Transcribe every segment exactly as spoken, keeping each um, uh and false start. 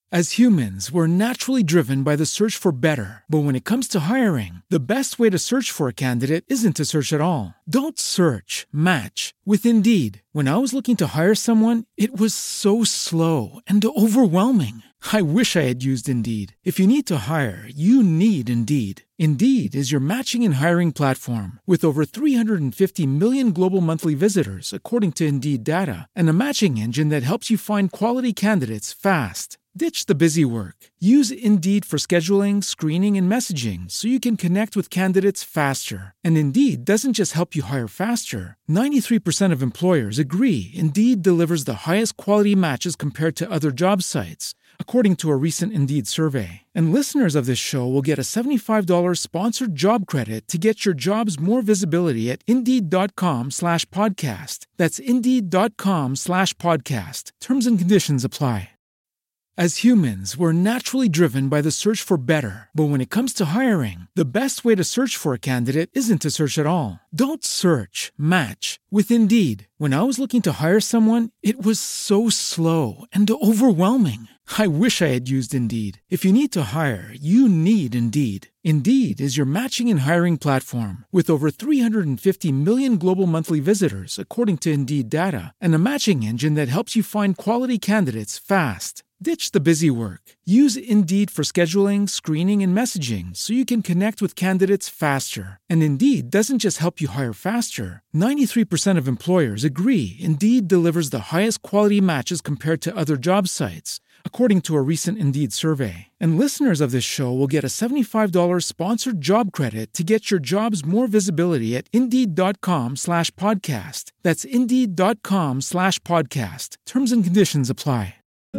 As humans, we're naturally driven by the search for better. But when it comes to hiring, the best way to search for a candidate isn't to search at all. Don't search, match with Indeed. When I was looking to hire someone, it was so slow and overwhelming. I wish I had used Indeed. If you need to hire, you need Indeed. Indeed is your matching and hiring platform with over three hundred fifty million global monthly visitors, according to Indeed data, and a matching engine that helps you find quality candidates fast. Ditch the busy work. Use Indeed for scheduling, screening, and messaging so you can connect with candidates faster. And Indeed doesn't just help you hire faster. ninety-three percent of employers agree Indeed delivers the highest quality matches compared to other job sites, according to a recent Indeed survey. And listeners of this show will get a seventy-five dollars sponsored job credit to get your jobs more visibility at Indeed.com slash podcast. That's Indeed.com slash podcast. Terms and conditions apply. As humans, we're naturally driven by the search for better. But when it comes to hiring, the best way to search for a candidate isn't to search at all. Don't search, match with Indeed. When I was looking to hire someone, it was so slow and overwhelming. I wish I had used Indeed. If you need to hire, you need Indeed. Indeed is your matching and hiring platform with over three hundred fifty million global monthly visitors, according to Indeed data, and a matching engine that helps you find quality candidates fast. Ditch the busy work. Use Indeed for scheduling, screening, and messaging so you can connect with candidates faster. And Indeed doesn't just help you hire faster. ninety-three percent of employers agree Indeed delivers the highest quality matches compared to other job sites, according to a recent Indeed survey. And listeners of this show will get a seventy-five dollars sponsored job credit to get your jobs more visibility at Indeed.com slash podcast. That's Indeed.com slash podcast. Terms and conditions apply.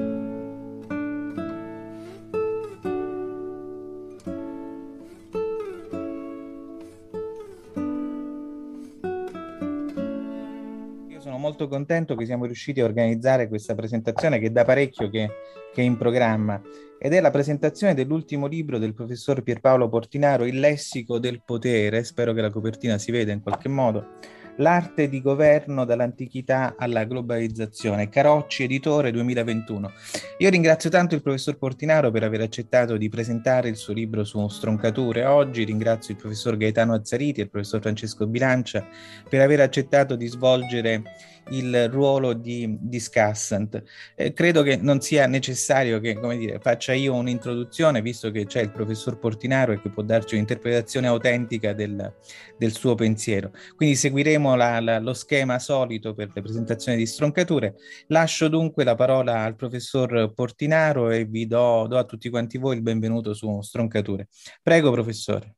Molto contento che siamo riusciti a organizzare questa presentazione che è da parecchio che, che è in programma, ed è la presentazione dell'ultimo libro del professor Pierpaolo Portinaro, Il lessico del potere. Spero che la copertina si veda in qualche modo. L'arte di governo dall'antichità alla globalizzazione, Carocci editore duemilaventuno. Io ringrazio tanto il professor Portinaro per aver accettato di presentare il suo libro su stroncature oggi. Ringrazio il professor Gaetano Azzariti e il professor Francesco Bilancia per aver accettato di svolgere il ruolo di discussant. Eh, credo che non sia necessario che, come dire, faccia io un'introduzione, visto che c'è il professor Portinaro e che può darci un'interpretazione autentica del, del suo pensiero. Quindi seguiremo la, la, lo schema solito per le presentazioni di stroncature. Lascio dunque la parola al professor Portinaro e vi do, do a tutti quanti voi il benvenuto su Stroncature. Prego, professore.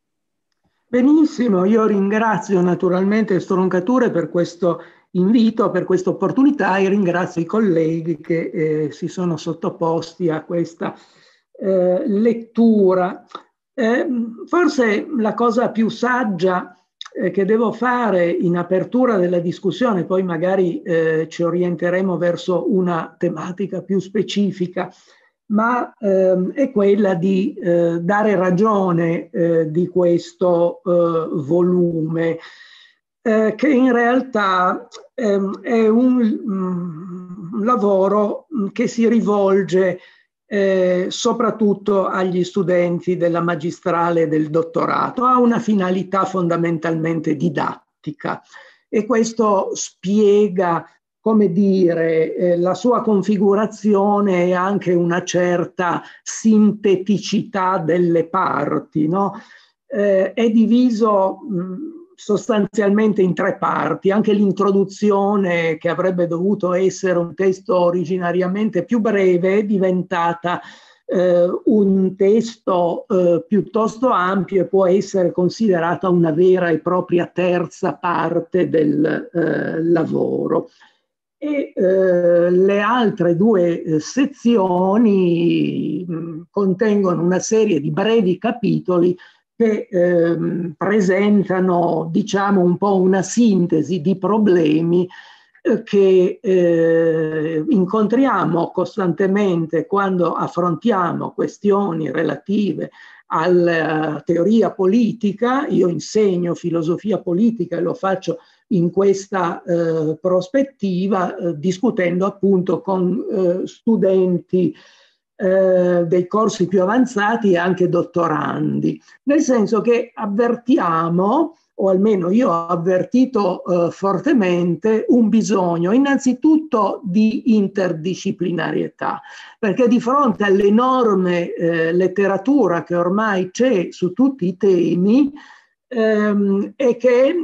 Benissimo, io ringrazio naturalmente Stroncature per questo invito, per questa opportunità, e ringrazio i colleghi che eh, si sono sottoposti a questa eh, lettura. Eh, forse la cosa più saggia eh, che devo fare in apertura della discussione, poi magari eh, ci orienteremo verso una tematica più specifica, ma ehm, è quella di eh, dare ragione eh, di questo eh, volume, eh, che in realtà ehm, è un, un lavoro che si rivolge eh, soprattutto agli studenti della magistrale e del dottorato. Ha una finalità fondamentalmente didattica, e questo spiega, come dire, eh, la sua configurazione e anche una certa sinteticità delle parti, no? Eh, è diviso mh, sostanzialmente in tre parti. Anche l'introduzione, che avrebbe dovuto essere un testo originariamente più breve, è diventata eh, un testo eh, piuttosto ampio e può essere considerata una vera e propria terza parte del eh, lavoro. E eh, le altre due eh, sezioni mh, contengono una serie di brevi capitoli che eh, presentano, diciamo, un po' una sintesi di problemi eh, che eh, incontriamo costantemente quando affrontiamo questioni relative alla teoria politica. Io insegno filosofia politica e lo faccio in questa eh, prospettiva, eh, discutendo appunto con eh, studenti eh, dei corsi più avanzati e anche dottorandi, nel senso che avvertiamo, o almeno io ho avvertito eh, fortemente, un bisogno innanzitutto di interdisciplinarietà, perché di fronte all'enorme eh, letteratura che ormai c'è su tutti i temi ehm, e che eh,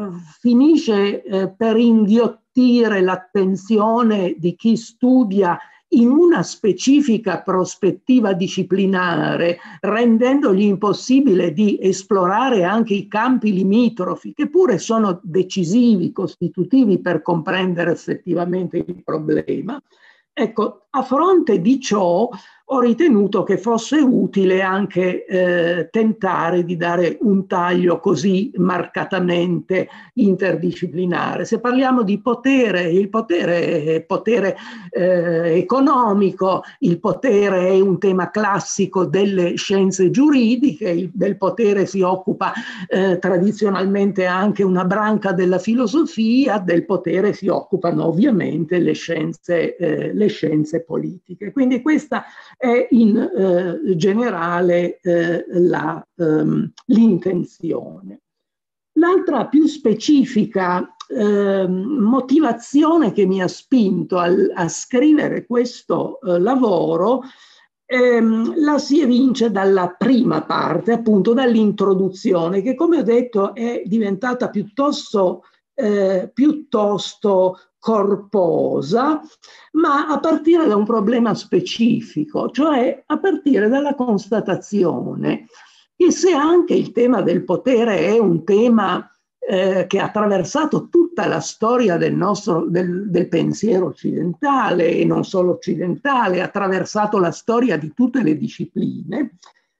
finisce eh, per inghiottire l'attenzione di chi studia in una specifica prospettiva disciplinare, rendendogli impossibile di esplorare anche i campi limitrofi, che pure sono decisivi, costitutivi per comprendere effettivamente il problema. Ecco, a fronte di ciò ho ritenuto che fosse utile anche eh, tentare di dare un taglio così marcatamente interdisciplinare. Se parliamo di potere, il potere è potere eh, economico, il potere è un tema classico delle scienze giuridiche, il, del potere si occupa eh, tradizionalmente anche una branca della filosofia, del potere si occupano ovviamente le scienze, eh, le scienze politiche. Quindi questa è in eh, generale eh, la, um, l'intenzione. L'altra più specifica eh, motivazione che mi ha spinto a, a scrivere questo eh, lavoro ehm, la si evince dalla prima parte, appunto dall'introduzione, che come ho detto è diventata piuttosto, eh, piuttosto corposa, ma a partire da un problema specifico, cioè a partire dalla constatazione che se anche il tema del potere è un tema eh, che ha attraversato tutta la storia del nostro del, del pensiero occidentale e non solo occidentale, ha attraversato la storia di tutte le discipline,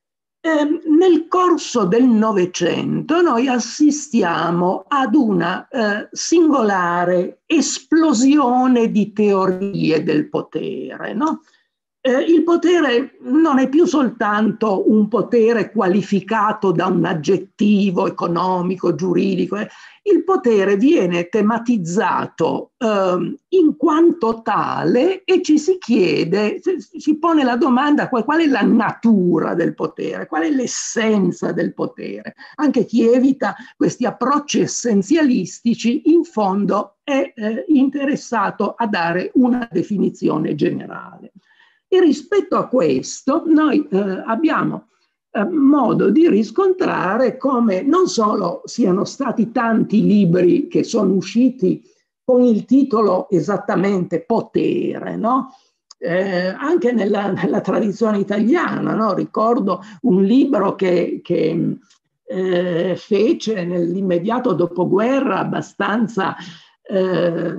Eh, nel corso del Novecento noi assistiamo ad una eh, singolare esplosione di teorie del potere, no? Eh, il potere non è più soltanto un potere qualificato da un aggettivo economico, giuridico, eh. Il potere viene tematizzato eh, in quanto tale e ci si chiede, si pone la domanda qual, qual è la natura del potere, qual è l'essenza del potere. Anche chi evita questi approcci essenzialistici in fondo è eh, interessato a dare una definizione generale. E rispetto a questo noi eh, abbiamo eh, modo di riscontrare come non solo siano stati tanti libri che sono usciti con il titolo esattamente potere, no? Eh, anche nella, nella tradizione italiana, no? Ricordo un libro che, che eh, fece nell'immediato dopoguerra abbastanza eh,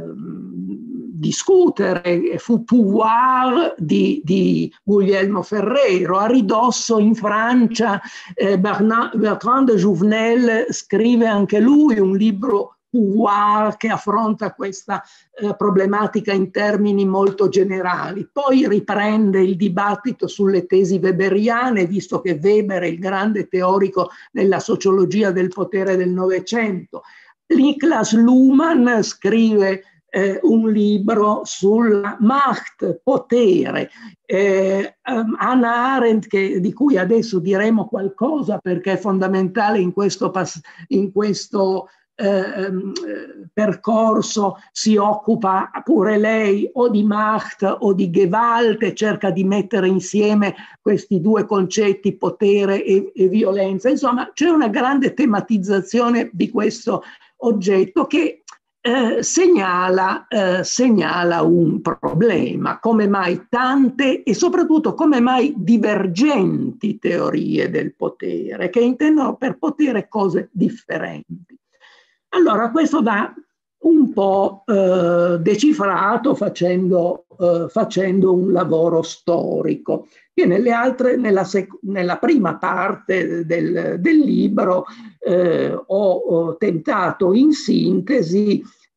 discutere, fu Pouvoir di, di Guglielmo Ferrero. A ridosso in Francia eh, Bernard, Bertrand de Jouvenel scrive anche lui un libro, Pouvoir, che affronta questa eh, problematica in termini molto generali. Poi riprende il dibattito sulle tesi weberiane, visto che Weber è il grande teorico della sociologia del potere del Novecento. Niklas Luhmann scrive Eh, un libro sulla Macht, potere. Eh, um, Hannah Arendt, che, di cui adesso diremo qualcosa perché è fondamentale in questo, in questo eh, um, percorso, si occupa pure lei o di Macht o di Gewalt e cerca di mettere insieme questi due concetti, potere e, e violenza. Insomma, c'è una grande tematizzazione di questo oggetto che Eh, segnala, eh, segnala un problema: come mai tante e soprattutto come mai divergenti teorie del potere che intendono per potere cose differenti. Allora questo va un po' eh, decifrato facendo, eh, facendo un lavoro storico che nelle altre, nella, sec- nella prima parte del, del libro eh, ho, ho tentato in sintesi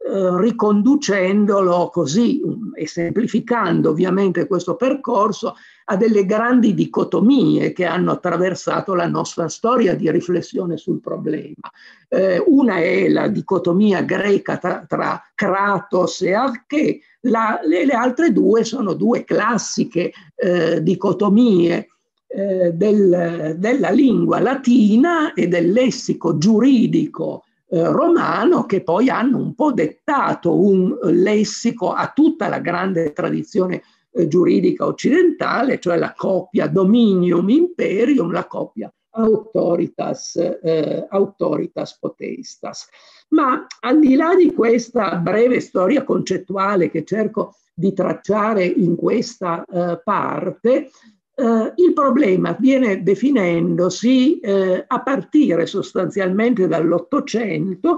eh, riconducendolo così e semplificando ovviamente questo percorso a delle grandi dicotomie che hanno attraversato la nostra storia di riflessione sul problema. Eh, una è la dicotomia greca tra, tra Kratos e Arché, la, le, le altre due sono due classiche eh, dicotomie eh, del, della lingua latina e del lessico giuridico eh, romano, che poi hanno un po' dettato un lessico a tutta la grande tradizione giuridica occidentale, cioè la coppia dominium imperium, la coppia autoritas, eh, autoritas potestas. Ma al di là di questa breve storia concettuale che cerco di tracciare in questa eh, parte, eh, il problema viene definendosi eh, a partire sostanzialmente dall'Ottocento,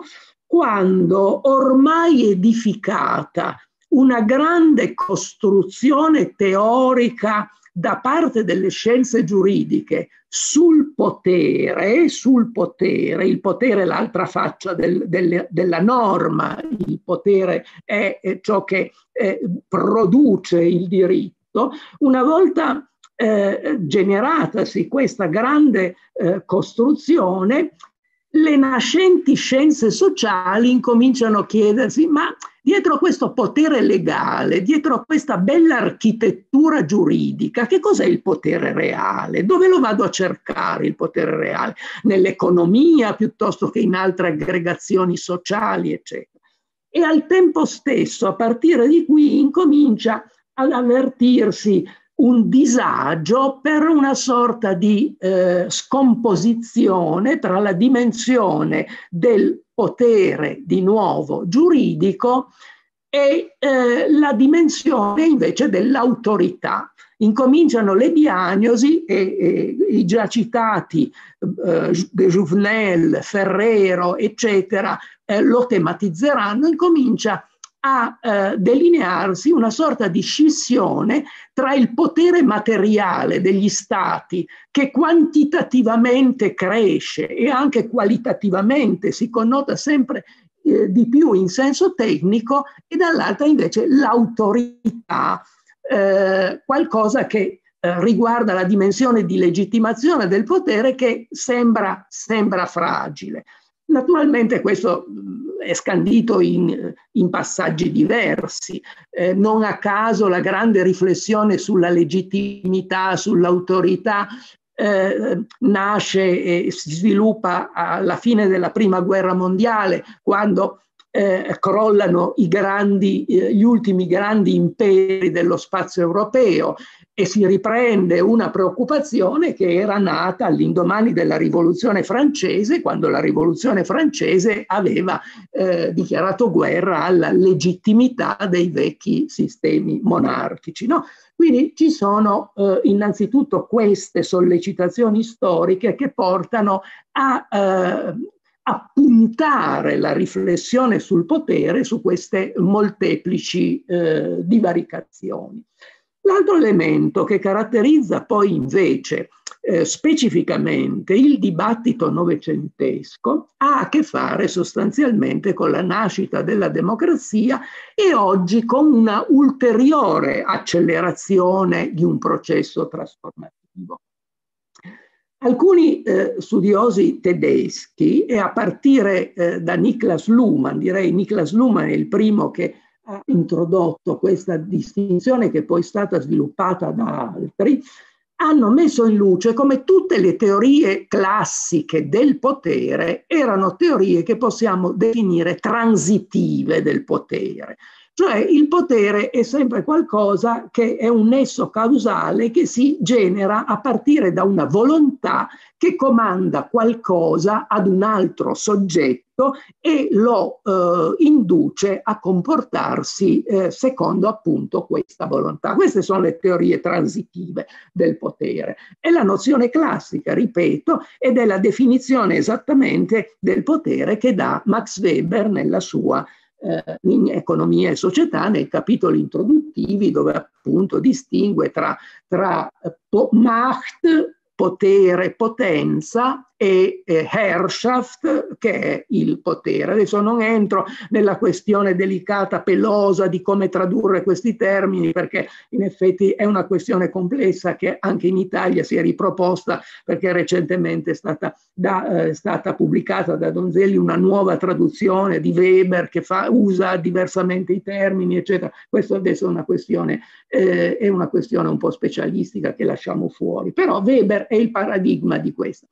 quando ormai edificata una grande costruzione teorica da parte delle scienze giuridiche sul potere, sul potere, il potere è l'altra faccia del, del, della norma, il potere è, è ciò che eh, produce il diritto. Una volta eh, generatasi questa grande eh, costruzione, le nascenti scienze sociali incominciano a chiedersi: ma dietro questo potere legale, dietro questa bella architettura giuridica, che cos'è il potere reale? Dove lo vado a cercare il potere reale? Nell'economia piuttosto che in altre aggregazioni sociali, eccetera. E al tempo stesso, a partire di qui, incomincia ad avvertirsi un disagio per una sorta di eh, scomposizione tra la dimensione del potere, di nuovo, giuridico e eh, la dimensione invece dell'autorità. Incominciano le diagnosi e, e i già citati eh, de Jouvenel, Ferrero, eccetera, eh, lo tematizzeranno, incomincia a eh, delinearsi una sorta di scissione tra il potere materiale degli stati, che quantitativamente cresce e anche qualitativamente si connota sempre eh, di più in senso tecnico, e dall'altra invece l'autorità, eh, qualcosa che eh, riguarda la dimensione di legittimazione del potere, che sembra, sembra fragile. Naturalmente questo è scandito in, in passaggi diversi, eh, non a caso la grande riflessione sulla legittimità, sull'autorità eh, nasce e si sviluppa alla fine della Prima Guerra Mondiale, quando eh, crollano i grandi, eh, gli ultimi grandi imperi dello spazio europeo, e si riprende una preoccupazione che era nata all'indomani della Rivoluzione francese, quando la Rivoluzione francese aveva eh, dichiarato guerra alla legittimità dei vecchi sistemi monarchici, no? Quindi ci sono eh, innanzitutto queste sollecitazioni storiche che portano a, eh, a puntare la riflessione sul potere su queste molteplici eh, divaricazioni. L'altro elemento che caratterizza poi invece eh, specificamente il dibattito novecentesco ha a che fare sostanzialmente con la nascita della democrazia e oggi con una ulteriore accelerazione di un processo trasformativo. Alcuni eh, studiosi tedeschi, e a partire eh, da Niklas Luhmann, direi Niklas Luhmann è il primo che ha introdotto questa distinzione, che poi è stata sviluppata da altri, hanno messo in luce come tutte le teorie classiche del potere erano teorie che possiamo definire transitive del potere. Cioè il potere è sempre qualcosa che è un nesso causale che si genera a partire da una volontà che comanda qualcosa ad un altro soggetto e lo eh, induce a comportarsi eh, secondo appunto questa volontà. Queste sono le teorie transitive del potere. È la nozione classica, ripeto, ed è la definizione esattamente del potere che dà Max Weber nella sua Eh, in Economia e Società, nei capitoli introduttivi, dove appunto distingue tra, tra Macht, potere, potenza, e eh, Herrschaft, che è il potere. Adesso non entro nella questione delicata, pelosa di come tradurre questi termini, perché in effetti è una questione complessa che anche in Italia si è riproposta, perché recentemente è stata, da, eh, stata pubblicata da Donzelli una nuova traduzione di Weber che fa, usa diversamente i termini, eccetera. Questo adesso è una questione, eh, è una questione un po' specialistica che lasciamo fuori, però Weber è il paradigma di questo.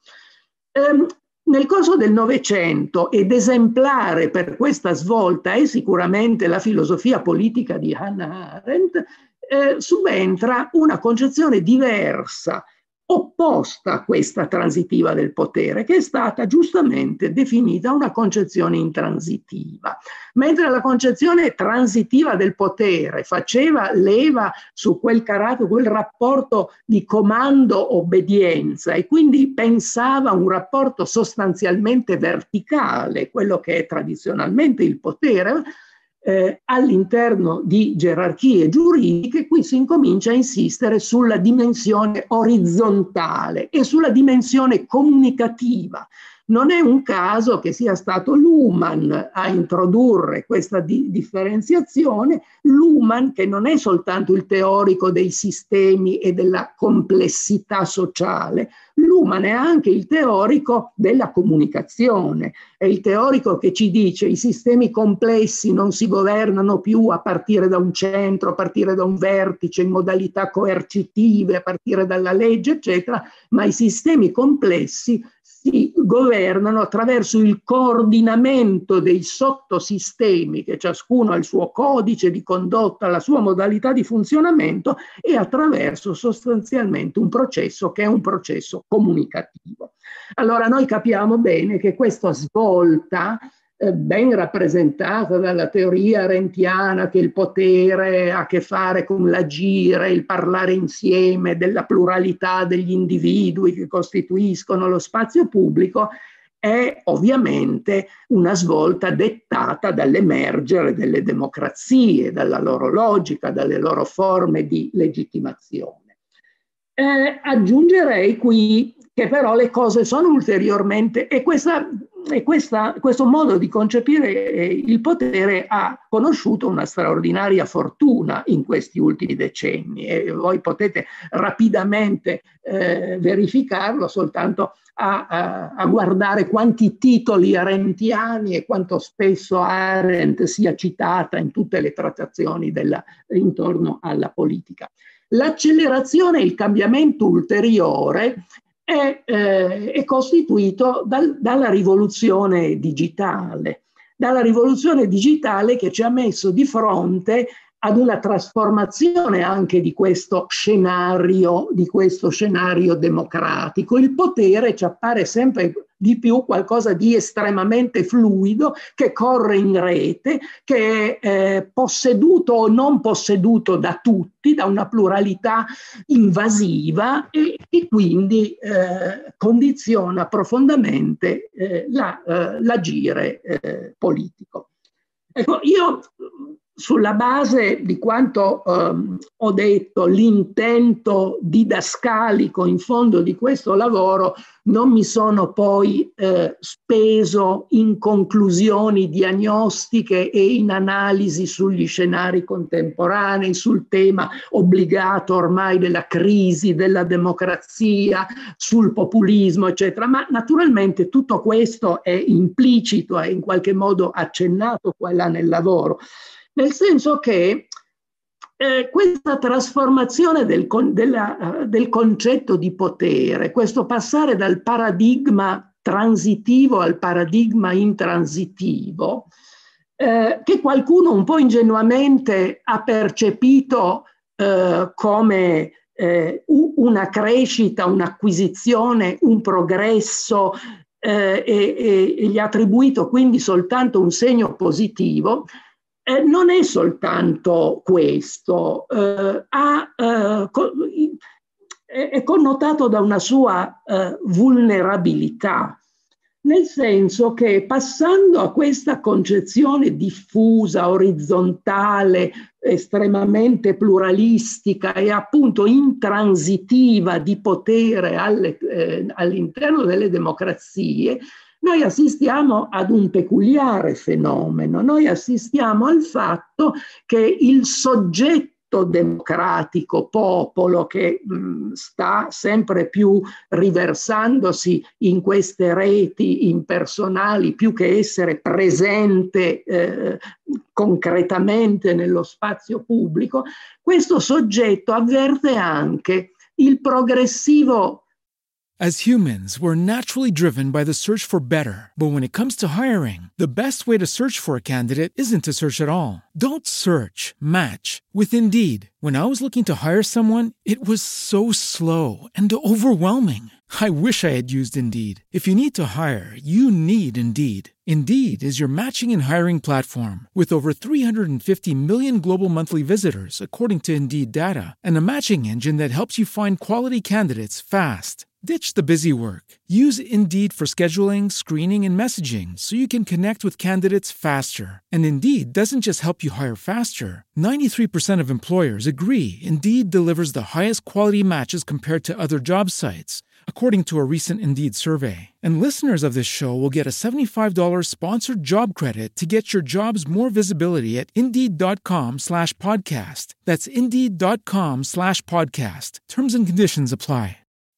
Um, nel corso del Novecento, ed esemplare per questa svolta è sicuramente la filosofia politica di Hannah Arendt, eh, subentra una concezione diversa, opposta a questa transitiva del potere, che è stata giustamente definita una concezione intransitiva. Mentre la concezione transitiva del potere faceva leva su quel carattere, quel rapporto di comando-obbedienza, e quindi pensava un rapporto sostanzialmente verticale, quello che è tradizionalmente il potere, Eh, all'interno di gerarchie giuridiche, qui si incomincia a insistere sulla dimensione orizzontale e sulla dimensione comunicativa. Non è un caso che sia stato Luhmann a introdurre questa di differenziazione, Luhmann che non è soltanto il teorico dei sistemi e della complessità sociale, Luhmann è anche il teorico della comunicazione, è il teorico che ci dice i sistemi complessi non si governano più a partire da un centro, a partire da un vertice, in modalità coercitive, a partire dalla legge, eccetera, ma i sistemi complessi si governano attraverso il coordinamento dei sottosistemi, che ciascuno ha il suo codice di condotta, la sua modalità di funzionamento, e attraverso sostanzialmente un processo che è un processo comunicativo. Allora noi capiamo bene che questa svolta, eh, ben rappresentata dalla teoria arendtiana, che il potere ha a che fare con l'agire, il parlare insieme, della pluralità degli individui che costituiscono lo spazio pubblico, è ovviamente una svolta dettata dall'emergere delle democrazie, dalla loro logica, dalle loro forme di legittimazione. Eh, aggiungerei qui che però le cose sono ulteriormente, e, questa, e questa, questo modo di concepire eh, il potere ha conosciuto una straordinaria fortuna in questi ultimi decenni, e voi potete rapidamente eh, verificarlo soltanto a, a, a guardare quanti titoli arendtiani e quanto spesso Arendt sia citata in tutte le trattazioni della, intorno alla politica. L'accelerazione e il cambiamento ulteriore È, eh, è costituito dal, dalla rivoluzione digitale, dalla rivoluzione digitale che ci ha messo di fronte ad una trasformazione anche di questo scenario, di questo scenario democratico. Il potere ci appare sempre di più qualcosa di estremamente fluido, che corre in rete, che è eh, posseduto o non posseduto da tutti, da una pluralità invasiva, e che quindi eh, condiziona profondamente eh, la, eh, l'agire eh, politico. Ecco, io sulla base di quanto ehm, ho detto, l'intento didascalico in fondo di questo lavoro, non mi sono poi eh, speso in conclusioni diagnostiche e in analisi sugli scenari contemporanei, sul tema obbligato ormai della crisi della democrazia, sul populismo, eccetera. Ma naturalmente tutto questo è implicito, è in qualche modo accennato qua e là nel lavoro. Nel senso che eh, questa trasformazione del, con, della, uh, del concetto di potere, questo passare dal paradigma transitivo al paradigma intransitivo, eh, che qualcuno un po' ingenuamente ha percepito eh, come eh, una crescita, un'acquisizione, un progresso, eh, e, e, e gli ha attribuito quindi soltanto un segno positivo, Eh, non è soltanto questo, eh, ha, eh, co è, è connotato da una sua eh, vulnerabilità, nel senso che passando a questa concezione diffusa, orizzontale, estremamente pluralistica e appunto intransitiva di potere alle, eh, all'interno delle democrazie, noi assistiamo ad un peculiare fenomeno. Noi assistiamo al fatto che il soggetto democratico, popolo, che mh, sta sempre più riversandosi in queste reti impersonali, più che essere presente eh, concretamente nello spazio pubblico, questo soggetto avverte anche il progressivo. As humans, we're naturally driven by the search for better. But when it comes to hiring, the best way to search for a candidate isn't to search at all. Don't search, match with Indeed. When I was looking to hire someone, it was so slow and overwhelming. I wish I had used Indeed. If you need to hire, you need Indeed. Indeed is your matching and hiring platform with over three hundred fifty million global monthly visitors, according to Indeed data, and a matching engine that helps you find quality candidates fast. Ditch the busy work. Use Indeed for scheduling, screening, and messaging so you can connect with candidates faster. And Indeed doesn't just help you hire faster. ninety-three percent of employers agree Indeed delivers the highest quality matches compared to other job sites, according to a recent Indeed survey. And listeners of this show will get a seventy-five dollars sponsored job credit to get your jobs more visibility at Indeed.com slash podcast. That's Indeed.com slash podcast. Terms and conditions apply.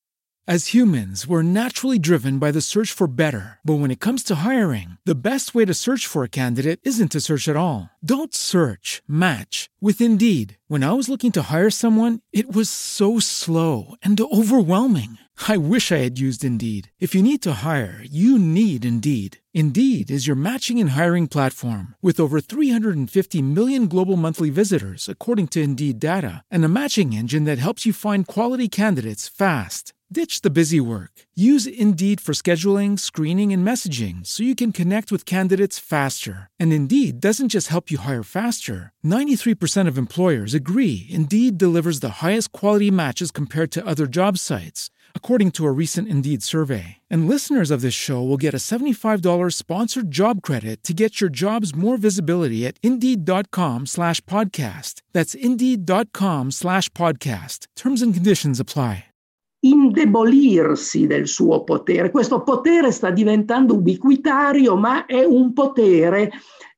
As humans, we're naturally driven by the search for better. But when it comes to hiring, the best way to search for a candidate isn't to search at all. Don't search, match with Indeed. When I was looking to hire someone, it was so slow and overwhelming. I wish I had used Indeed. If you need to hire, you need Indeed. Indeed is your matching and hiring platform with over three hundred fifty million global monthly visitors, according to Indeed data, and a matching engine that helps you find quality candidates fast. Ditch the busy work. Use Indeed for scheduling, screening, and messaging so you can connect with candidates faster. And Indeed doesn't just help you hire faster. ninety-three percent of employers agree Indeed delivers the highest quality matches compared to other job sites, according to a recent Indeed survey. And listeners of this show will get a seventy-five dollars sponsored job credit to get your jobs more visibility at Indeed.com slash podcast. That's Indeed.com slash podcast. Terms and conditions apply. Indebolirsi del suo potere. Questo potere sta diventando ubiquitario, ma è un potere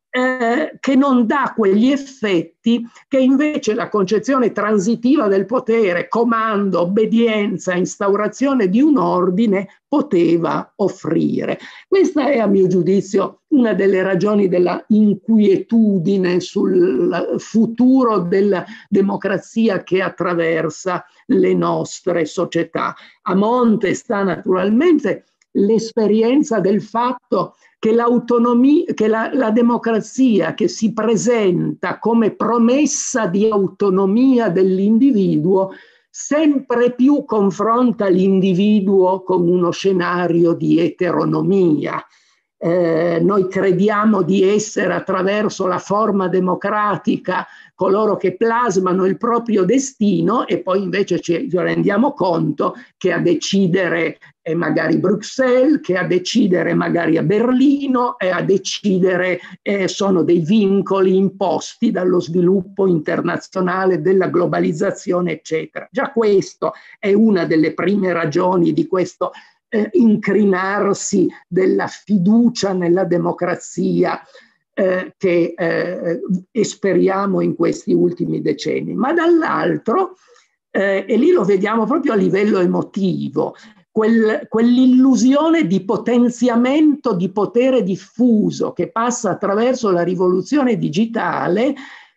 eh, che non dà quegli effetti che invece la concezione transitiva del potere, comando, obbedienza, instaurazione di un ordine, poteva offrire. Questa è, a mio giudizio, una delle ragioni della inquietudine sul futuro della democrazia che attraversa le nostre società. A monte sta naturalmente l'esperienza del fatto che l'autonomia, che la, la democrazia che si presenta come promessa di autonomia dell'individuo sempre più confronta l'individuo con uno scenario di eteronomia. Eh, noi crediamo di essere, attraverso la forma democratica, coloro che plasmano il proprio destino, e poi invece ci rendiamo conto che a decidere è magari Bruxelles, che a decidere magari a Berlino, e a decidere eh, sono dei vincoli imposti dallo sviluppo internazionale, della globalizzazione, eccetera. Già questo è una delle prime ragioni di questo Eh, incrinarsi della fiducia nella democrazia eh, che eh, esperiamo in questi ultimi decenni. Ma dall'altro, eh, e lì lo vediamo proprio a livello emotivo, quel, quell'illusione di potenziamento di potere diffuso che passa attraverso la rivoluzione digitale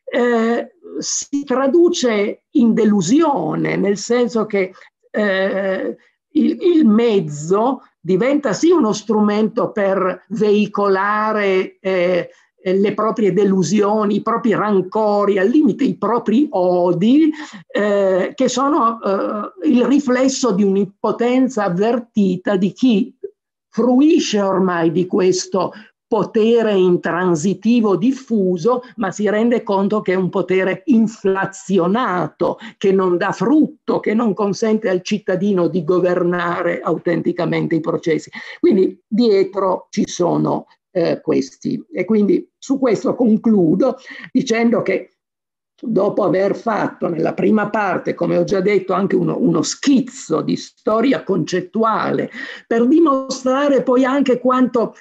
eh, si traduce in delusione, nel senso che eh, Il, il mezzo diventa sì uno strumento per veicolare eh, le proprie delusioni, i propri rancori, al limite i propri odi, eh, che sono eh, il riflesso di un'impotenza avvertita di chi fruisce ormai di questo potere intransitivo diffuso, ma si rende conto che è un potere inflazionato, che non dà frutto, che non consente al cittadino di governare autenticamente i processi. Quindi dietro ci sono eh, questi. E quindi su questo concludo dicendo che dopo aver fatto nella prima parte, come ho già detto, anche uno, uno schizzo di storia concettuale, per dimostrare poi anche quanto,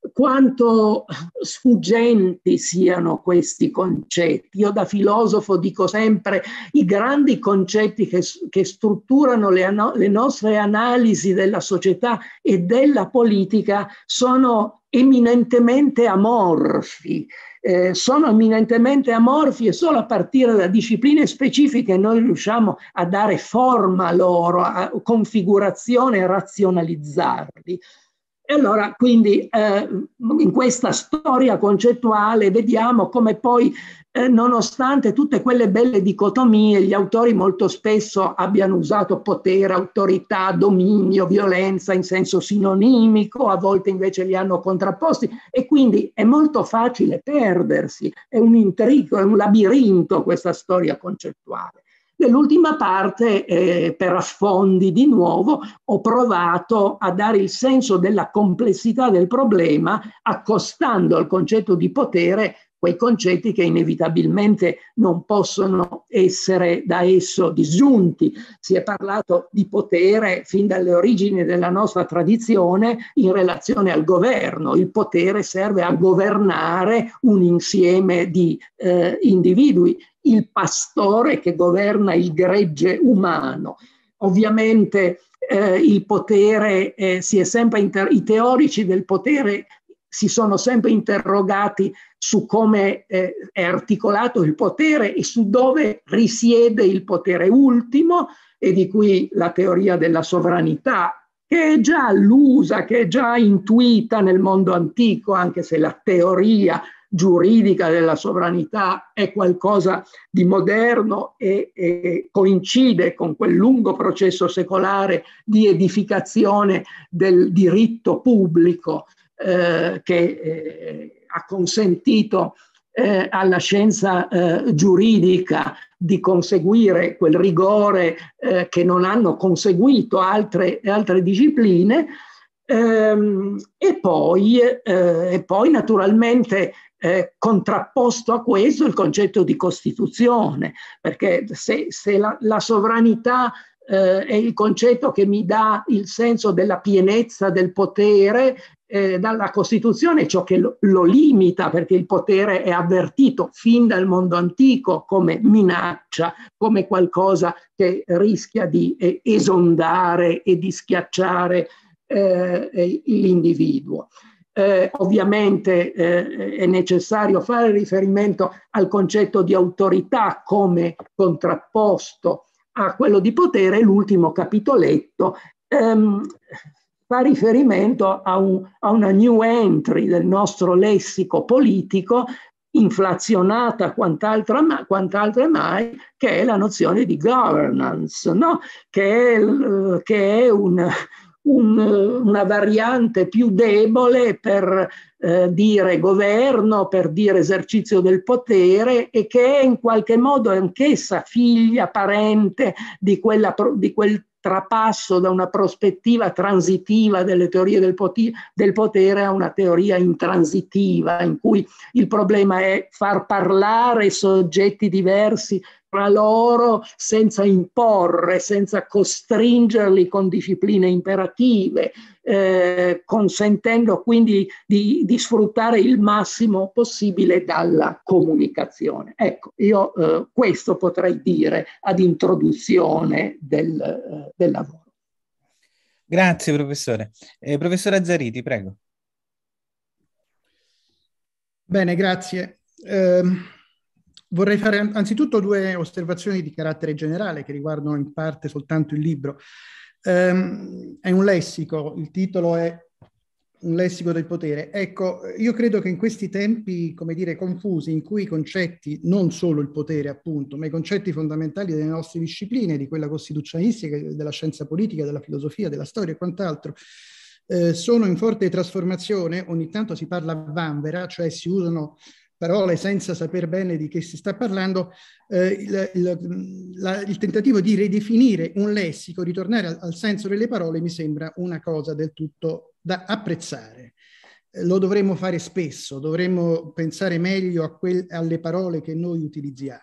quanto sfuggenti siano questi concetti. Io da filosofo dico sempre: i grandi concetti che, che strutturano le, le nostre analisi della società e della politica sono eminentemente amorfi. Eh, sono eminentemente amorfi e solo a partire da discipline specifiche noi riusciamo a dare forma loro, a configurazione e razionalizzarli. E allora, quindi, eh, in questa storia concettuale vediamo come poi, eh, nonostante tutte quelle belle dicotomie, gli autori molto spesso abbiano usato potere, autorità, dominio, violenza in senso sinonimico, a volte invece li hanno contrapposti, e quindi è molto facile perdersi, è un intrigo, è un labirinto questa storia concettuale. Nell'ultima parte, eh, per affondi di nuovo, ho provato a dare il senso della complessità del problema, accostando al concetto di potere quei concetti che inevitabilmente non possono essere da esso disgiunti. Si è parlato di potere fin dalle origini della nostra tradizione in relazione al governo. Il potere serve a governare un insieme di eh, individui. Il pastore che governa il gregge umano. Ovviamente eh, il potere eh, si è sempre inter- i teorici del potere si sono sempre interrogati su come eh, è articolato il potere e su dove risiede il potere ultimo, e di qui la teoria della sovranità, che è già allusa, che è già intuita nel mondo antico, anche se la teoria giuridica della sovranità è qualcosa di moderno e, e coincide con quel lungo processo secolare di edificazione del diritto pubblico eh, che eh, ha consentito eh, alla scienza eh, giuridica di conseguire quel rigore eh, che non hanno conseguito altre, altre discipline. Ehm, e, poi, eh, e poi naturalmente eh, contrapposto a questo il concetto di Costituzione, perché se, se la, la sovranità eh, è il concetto che mi dà il senso della pienezza del potere, eh, dalla Costituzione è ciò che lo, lo limita, perché il potere è avvertito fin dal mondo antico come minaccia, come qualcosa che rischia di eh, esondare e di schiacciare Eh, l'individuo. Eh, ovviamente eh, è necessario fare riferimento al concetto di autorità come contrapposto a quello di potere. L'ultimo capitoletto ehm, fa riferimento a, un, a una new entry del nostro lessico politico, inflazionata quant'altra, quant'altre mai, che è la nozione di governance, no? che, è, che è un Un, una variante più debole per eh, dire governo, per dire esercizio del potere, e che è in qualche modo anch'essa figlia, parente di, quella, di quel trapasso da una prospettiva transitiva delle teorie del, poti- del potere a una teoria intransitiva, in cui il problema è far parlare soggetti diversi tra loro senza imporre, senza costringerli con discipline imperative, eh, consentendo quindi di, di sfruttare il massimo possibile dalla comunicazione. Ecco, io eh, questo potrei dire ad introduzione del, eh, del lavoro. Grazie professore. Eh, professore Azzariti, prego. Bene, grazie. Eh, vorrei fare anzitutto due osservazioni di carattere generale che riguardano in parte soltanto il libro. Eh, è un lessico, il titolo è Un lessico del potere. Ecco, io credo che in questi tempi, come dire, confusi, in cui i concetti, non solo il potere appunto, ma i concetti fondamentali delle nostre discipline, di quella costituzionalistica, della scienza politica, della filosofia, della storia e quant'altro, eh, sono in forte trasformazione. Ogni tanto si parla a vanvera, cioè si usano parole senza saper bene di che si sta parlando. Eh, il, il, la, il tentativo di ridefinire un lessico, ritornare al, al senso delle parole, mi sembra una cosa del tutto da apprezzare. Eh, lo dovremmo fare spesso, dovremmo pensare meglio a quel, alle parole che noi utilizziamo.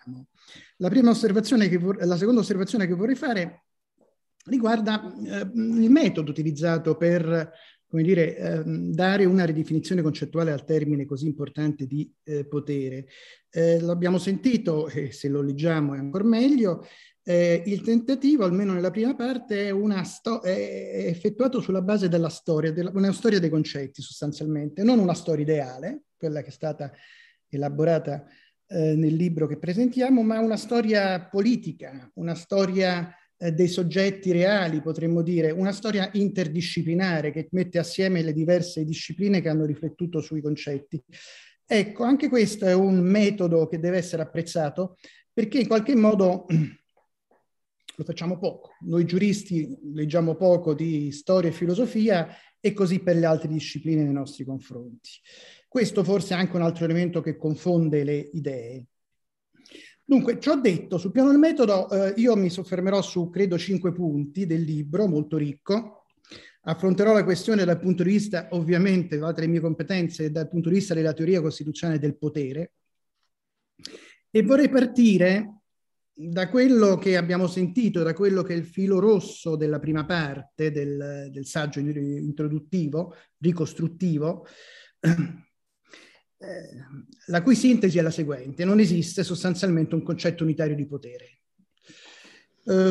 La prima osservazione che vor- la seconda osservazione che vorrei fare riguarda eh, il metodo utilizzato per, come dire, eh, dare una ridefinizione concettuale al termine così importante di eh, potere. Eh, l'abbiamo sentito, e se lo leggiamo è ancora meglio, eh, il tentativo, almeno nella prima parte, è, una sto- è effettuato sulla base della storia, della, una storia dei concetti sostanzialmente, non una storia ideale, quella che è stata elaborata eh, nel libro che presentiamo, ma una storia politica, una storia eh, dei soggetti reali, potremmo dire, una storia interdisciplinare che mette assieme le diverse discipline che hanno riflettuto sui concetti. Ecco, anche questo è un metodo che deve essere apprezzato perché in qualche modo lo facciamo poco. Noi giuristi leggiamo poco di storia e filosofia e così per le altre discipline nei nostri confronti. Questo forse è anche un altro elemento che confonde le idee. Dunque, ciò detto, sul piano del metodo eh, io mi soffermerò su, credo, cinque punti del libro, molto ricco. Affronterò la questione dal punto di vista, ovviamente, date le mie competenze, dal punto di vista della teoria costituzionale del potere. E vorrei partire da quello che abbiamo sentito, da quello che è il filo rosso della prima parte del, del saggio introduttivo, ricostruttivo, eh, la cui sintesi è la seguente: non esiste sostanzialmente un concetto unitario di potere. Eh,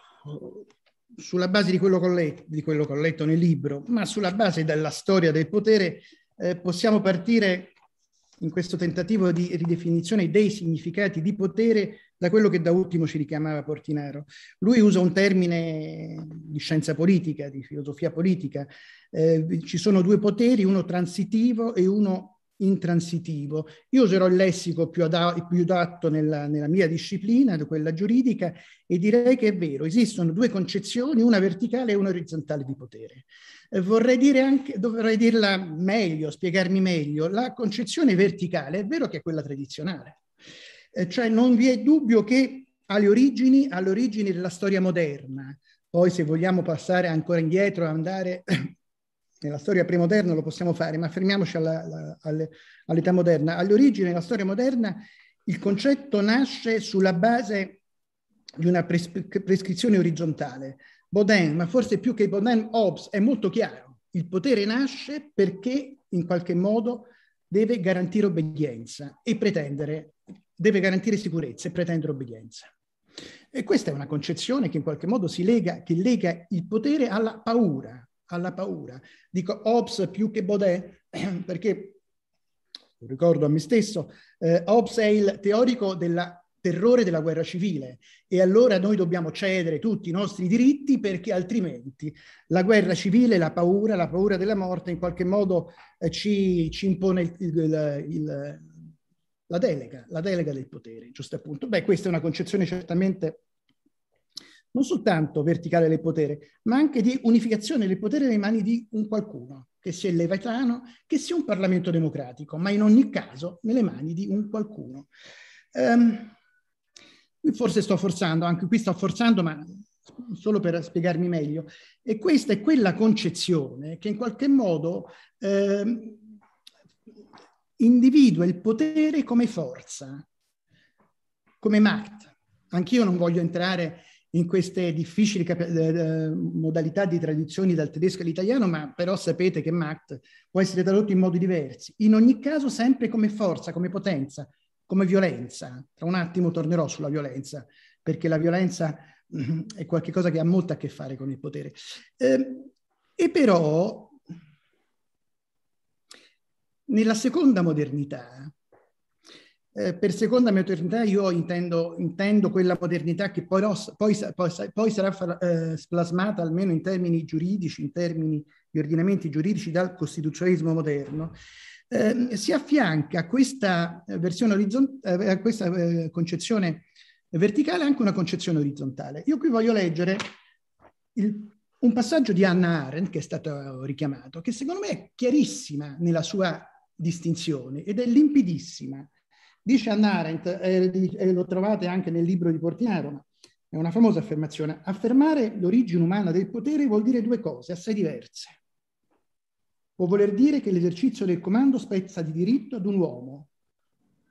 sulla base di quello che ho letto, di quello che ho letto nel libro, ma sulla base della storia del potere, eh, possiamo partire in questo tentativo di ridefinizione dei significati di potere da quello che da ultimo ci richiamava Portinaro. Lui usa un termine di scienza politica, di filosofia politica. Eh, ci sono due poteri, uno transitivo e uno intransitivo. Io userò il lessico più, ad, più adatto nella, nella mia disciplina, quella giuridica, e direi che è vero, esistono due concezioni, una verticale e una orizzontale di potere. Eh, vorrei dire anche, dovrei dirla meglio, spiegarmi meglio. La concezione verticale è vero che è quella tradizionale, eh, cioè non vi è dubbio che alle origini, alle origini della storia moderna, poi se vogliamo passare ancora indietro e andare nella storia premoderna lo possiamo fare, ma fermiamoci alla, alla, alle, all'età moderna. Alle origini della storia moderna il concetto nasce sulla base di una pres- prescrizione orizzontale. Baudin, ma forse più che Baudin, Hobbes, è molto chiaro. Il potere nasce perché in qualche modo deve garantire obbedienza e pretendere, deve garantire sicurezza e pretendere obbedienza. E questa è una concezione che in qualche modo si lega, che lega il potere alla paura, alla paura. Dico Hobbes più che Baudin perché, lo ricordo a me stesso, eh, Hobbes è il teorico del terrore della guerra civile e allora noi dobbiamo cedere tutti i nostri diritti perché altrimenti la guerra civile, la paura, la paura della morte in qualche modo eh, ci, ci impone il, il, il, la delega, la delega del potere, giusto appunto. Beh, questa è una concezione certamente non soltanto verticale del potere, ma anche di unificazione del potere nelle mani di un qualcuno, che sia il Leviatano, che sia un Parlamento democratico, ma in ogni caso nelle mani di un qualcuno. Um, forse sto forzando, anche qui sto forzando, ma solo per spiegarmi meglio. E questa è quella concezione che in qualche modo eh, individua il potere come forza, come Macht. Anch'io non voglio entrare in queste difficili cap- eh, modalità di traduzioni dal tedesco all'italiano, ma però sapete che Macht può essere tradotto in modi diversi. In ogni caso sempre come forza, come potenza, come violenza. Tra un attimo tornerò sulla violenza, perché la violenza mh, è qualcosa che ha molto a che fare con il potere. Eh, e però nella seconda modernità, Eh, per seconda modernità io intendo, intendo quella modernità che poi, poi, poi, poi sarà eh, splasmata almeno in termini giuridici, in termini di ordinamenti giuridici dal costituzionalismo moderno, eh, si affianca a questa versione orizzontale, a questa eh, concezione verticale anche una concezione orizzontale. Io qui voglio leggere il, un passaggio di Hannah Arendt che è stato richiamato, che secondo me è chiarissima nella sua distinzione ed è limpidissima. Dice Hannah Arendt, e eh, lo trovate anche nel libro di Portinaro, ma è una famosa affermazione: affermare l'origine umana del potere vuol dire due cose assai diverse. Può voler dire che l'esercizio del comando spetta di diritto ad un uomo,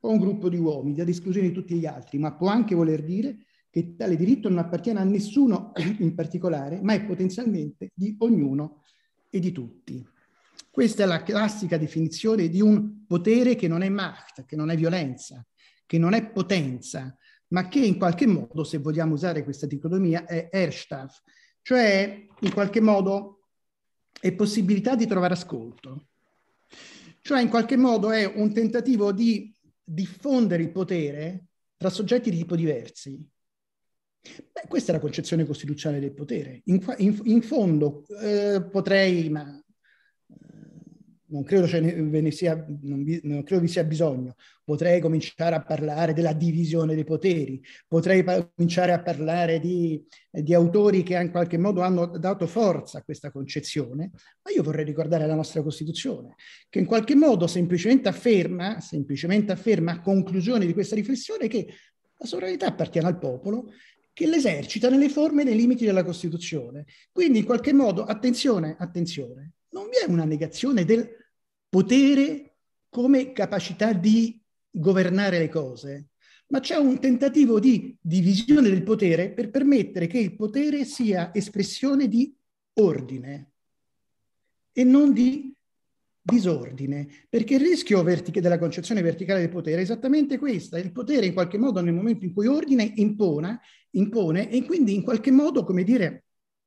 o un gruppo di uomini, ad esclusione di tutti gli altri, ma può anche voler dire che tale diritto non appartiene a nessuno in particolare, ma è potenzialmente di ognuno e di tutti. Questa è la classica definizione di un potere che non è Macht, che non è violenza, che non è potenza, ma che in qualche modo, se vogliamo usare questa dicotomia, è Herrschaft, cioè in qualche modo è possibilità di trovare ascolto, cioè in qualche modo è un tentativo di diffondere il potere tra soggetti di tipo diversi. Beh, questa è la concezione costituzionale del potere. In, in, in fondo eh, potrei, ma non credo, ce ne, ve ne sia, non, vi, non credo vi sia bisogno, potrei cominciare a parlare della divisione dei poteri, potrei cominciare a parlare di, di autori che in qualche modo hanno dato forza a questa concezione, ma io vorrei ricordare la nostra Costituzione, che in qualche modo semplicemente afferma, semplicemente afferma a conclusione di questa riflessione che la sovranità appartiene al popolo, che l'esercita nelle forme e nei limiti della Costituzione. Quindi in qualche modo, attenzione, attenzione, non vi è una negazione del potere come capacità di governare le cose, ma c'è un tentativo di divisione del potere per permettere che il potere sia espressione di ordine e non di disordine, perché il rischio vertic- della concezione verticale del potere è esattamente questa: il potere in qualche modo nel momento in cui ordine impone, impone e quindi in qualche modo, come dire,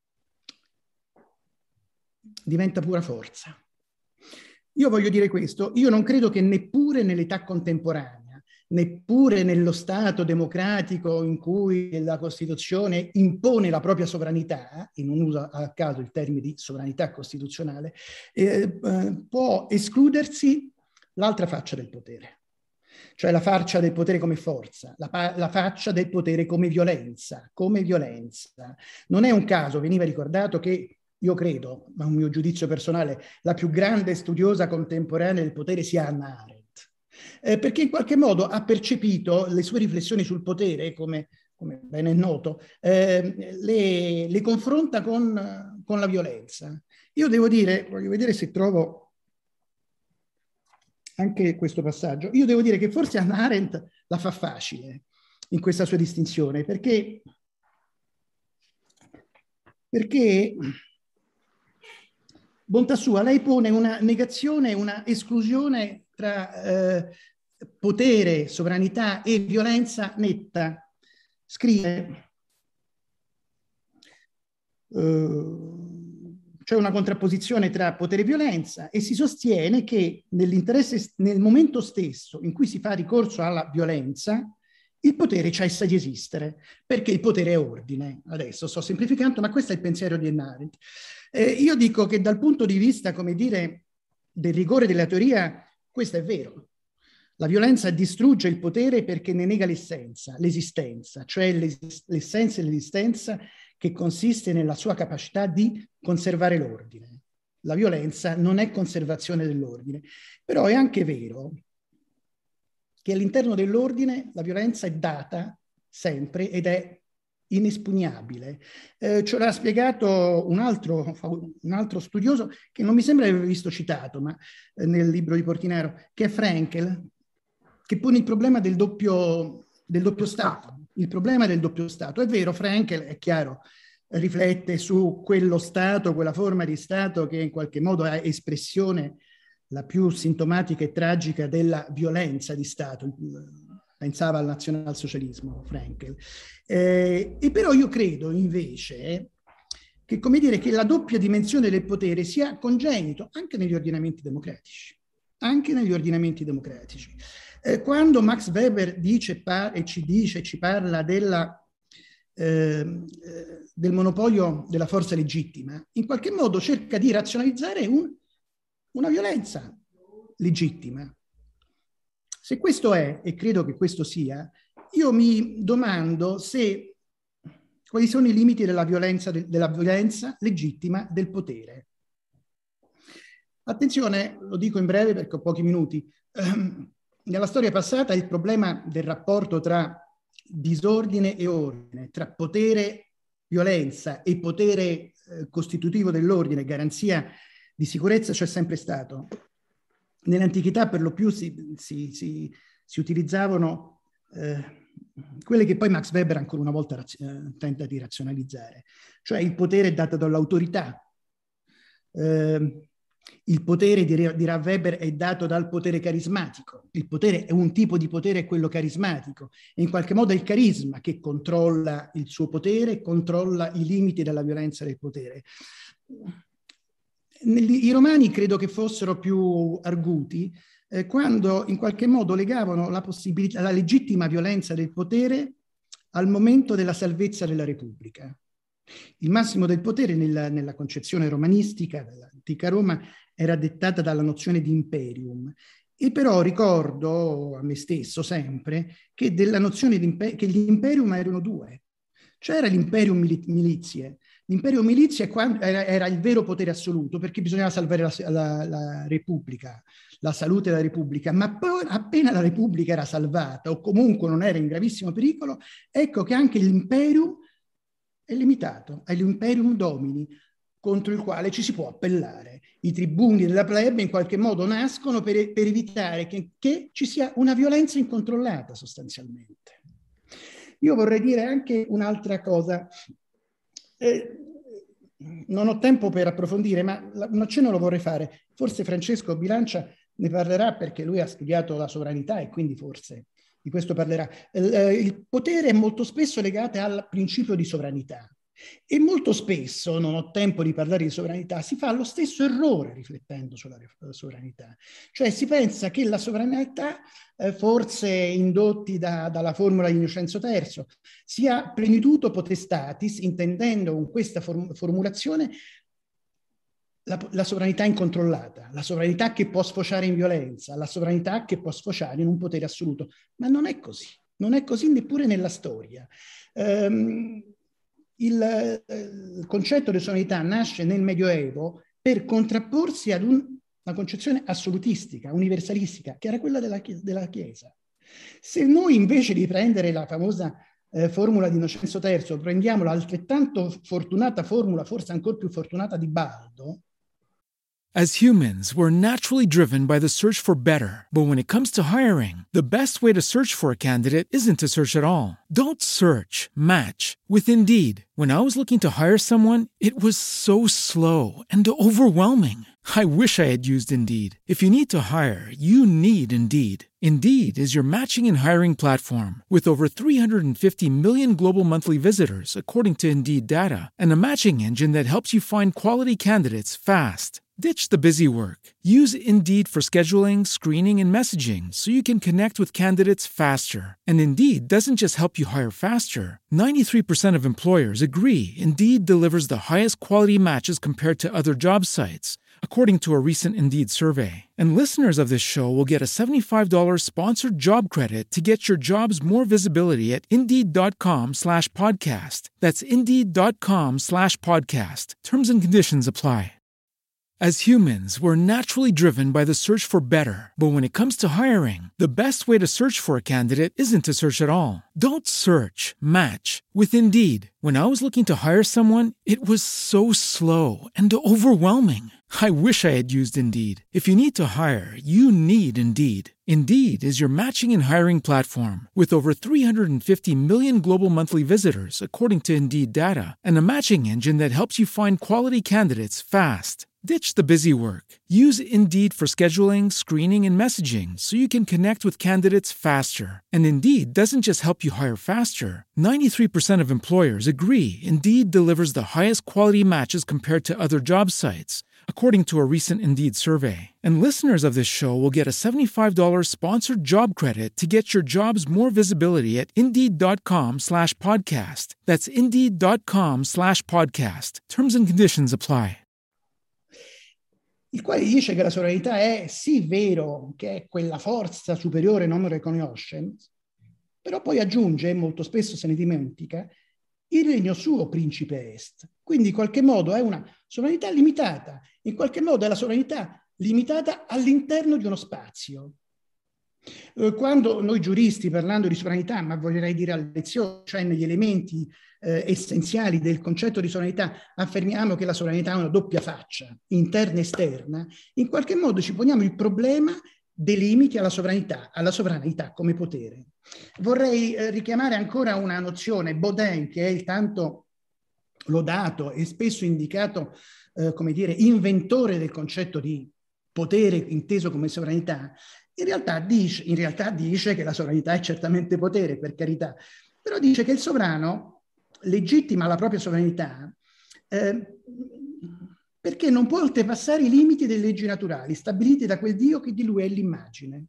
diventa pura forza. Io voglio dire questo, io non credo che neppure nell'età contemporanea, neppure nello Stato democratico in cui la Costituzione impone la propria sovranità, e non uso a caso il termine di sovranità costituzionale, eh, eh, può escludersi l'altra faccia del potere, cioè la faccia del potere come forza, la, la faccia del potere come violenza, come violenza. Non è un caso, veniva ricordato che io credo, ma un mio giudizio personale, la più grande studiosa contemporanea del potere sia Hannah Arendt, eh, perché in qualche modo ha percepito le sue riflessioni sul potere, come, come bene è noto, eh, le, le confronta con, con la violenza. Io devo dire, voglio vedere se trovo anche questo passaggio, io devo dire che forse Hannah Arendt la fa facile in questa sua distinzione, perché perché bontà sua, lei pone una negazione, una esclusione tra eh, potere, sovranità e violenza netta. Scrive, eh, c'è una contrapposizione tra potere e violenza e si sostiene che nell'interesse, nel momento stesso in cui si fa ricorso alla violenza, il potere cessa di esistere, perché il potere è ordine. Adesso sto semplificando, ma questo è il pensiero di Hannah Arendt. Eh, io dico che dal punto di vista, come dire, del rigore della teoria, questo è vero. La violenza distrugge il potere perché ne nega l'essenza, l'esistenza, cioè l'es- l'essenza e l'esistenza che consiste nella sua capacità di conservare l'ordine. La violenza non è conservazione dell'ordine, però è anche vero che all'interno dell'ordine la violenza è data sempre ed è inespugnabile. Eh, ce l'ha spiegato un altro, un altro studioso che non mi sembra di aver visto citato, ma eh, nel libro di Portinaro, che è Frankl, che pone il problema del doppio, del doppio Stato. Il problema del doppio Stato. È vero, Frankl, è chiaro, riflette su quello Stato, quella forma di Stato che in qualche modo è espressione la più sintomatica e tragica della violenza di Stato. Pensava al nazionalsocialismo, Frankl. Eh, e però io credo invece che, come dire, che la doppia dimensione del potere sia congenito anche negli ordinamenti democratici, anche negli ordinamenti democratici. Eh, quando Max Weber dice pa- e ci dice, ci parla della, eh, del monopolio della forza legittima, in qualche modo cerca di razionalizzare un, una violenza legittima. Se questo è, e credo che questo sia, io mi domando se quali sono i limiti della violenza, della violenza legittima del potere. Attenzione, lo dico in breve perché ho pochi minuti. Um, nella storia passata il problema del rapporto tra disordine e ordine, tra potere, violenza e potere eh, costitutivo dell'ordine, garanzia di sicurezza, c'è sempre stato. Nell'antichità per lo più si, si, si, si utilizzavano eh, quelle che poi Max Weber ancora una volta eh, tenta di razionalizzare, cioè il potere è dato dall'autorità. Eh, il potere, dirà Weber, è dato dal potere carismatico. Il potere è un tipo di potere, è quello carismatico, e in qualche modo è il carisma che controlla il suo potere, controlla i limiti della violenza del potere. I romani credo che fossero più arguti eh, quando in qualche modo legavano la possibilità, la legittima violenza del potere al momento della salvezza della Repubblica. Il massimo del potere nella, nella concezione romanistica dell'antica Roma era dettata dalla nozione di imperium. E però ricordo a me stesso sempre che della nozione di imper- che gli imperium erano due. C'era l'imperium militiae. L'imperium militiae era, era il vero potere assoluto, perché bisognava salvare la, la, la Repubblica, la salute della Repubblica, ma poi appena la Repubblica era salvata o comunque non era in gravissimo pericolo, ecco che anche l'imperium è limitato all'imperium domini, contro il quale ci si può appellare. I tribuni della plebe in qualche modo nascono per, per evitare che, che ci sia una violenza incontrollata sostanzialmente. Io vorrei dire anche un'altra cosa. Eh, non ho tempo per approfondire, ma un accenno lo vorrei fare. Forse Francesco Bilancia ne parlerà perché lui ha studiato la sovranità e quindi forse di questo parlerà. Eh, il potere è molto spesso legato al principio di sovranità e molto spesso, non ho tempo di parlare di sovranità, si fa lo stesso errore riflettendo sulla sovranità. Cioè si pensa che la sovranità, eh, forse indotti da, dalla formula di Innocenzo terzo, sia plenitudo potestatis, intendendo con questa form- formulazione La, la sovranità incontrollata, la sovranità che può sfociare in violenza, la sovranità che può sfociare in un potere assoluto. Ma non è così, non è così neppure nella storia. Um, il, eh, il concetto di sovranità nasce nel Medioevo per contrapporsi ad un, una concezione assolutistica, universalistica, che era quella della, della Chiesa. Se noi invece di prendere la famosa Eh, formula di Innocenzo terzo, prendiamo l'altrettanto fortunata formula, forse ancora più fortunata, di Baldo. As humans, we're naturally driven by the search for better. But when it comes to hiring, the best way to search for a candidate isn't to search at all. Don't search, match with Indeed. When I was looking to hire someone, it was so slow and overwhelming. I wish I had used Indeed. If you need to hire, you need Indeed. Indeed is your matching and hiring platform with over three hundred fifty million global monthly visitors, according to Indeed data, and a matching engine that helps you find quality candidates fast. Ditch the busy work. Use Indeed for scheduling, screening, and messaging so you can connect with candidates faster. And Indeed doesn't just help you hire faster. ninety-three percent of employers agree Indeed delivers the highest quality matches compared to other job sites, according to a recent Indeed survey. And listeners of this show will get a seventy-five dollars sponsored job credit to get your jobs more visibility at Indeed.com slash podcast. That's Indeed.com slash podcast. Terms and conditions apply. As humans, we're naturally driven by the search for better. But when it comes to hiring, the best way to search for a candidate isn't to search at all. Don't search, match with Indeed. When I was looking to hire someone, it was so slow and overwhelming. I wish I had used Indeed. If you need to hire, you need Indeed. Indeed is your matching and hiring platform with over three hundred fifty million global monthly visitors, according to Indeed data, and a matching engine that helps you find quality candidates fast. Ditch the busy work. Use Indeed for scheduling, screening, and messaging so you can connect with candidates faster. And Indeed doesn't just help you hire faster. ninety-three percent of employers agree Indeed delivers the highest quality matches compared to other job sites, according to a recent Indeed survey. And listeners of this show will get a seventy-five dollars sponsored job credit to get your jobs more visibility at Indeed.com slash podcast. That's Indeed.com slash podcast. Terms and conditions apply. Il quale dice che la sovranità è sì vero che è quella forza superiore non reconoscens, però poi aggiunge, molto spesso se ne dimentica, il regno suo principe est. Quindi in qualche modo è una sovranità limitata, in qualche modo è la sovranità limitata all'interno di uno spazio. Quando noi giuristi, parlando di sovranità, ma vorrei dire a lezione, cioè negli elementi eh, essenziali del concetto di sovranità, affermiamo che la sovranità ha una doppia faccia, interna e esterna, in qualche modo ci poniamo il problema dei limiti alla sovranità, alla sovranità come potere. Vorrei eh, richiamare ancora una nozione, Baudin, che è il tanto lodato e spesso indicato, eh, come dire, inventore del concetto di potere inteso come sovranità. In realtà, dice, in realtà dice che la sovranità è certamente potere, per carità, però dice che il sovrano legittima la propria sovranità eh, perché non può oltrepassare i limiti delle leggi naturali stabiliti da quel Dio che di lui è l'immagine.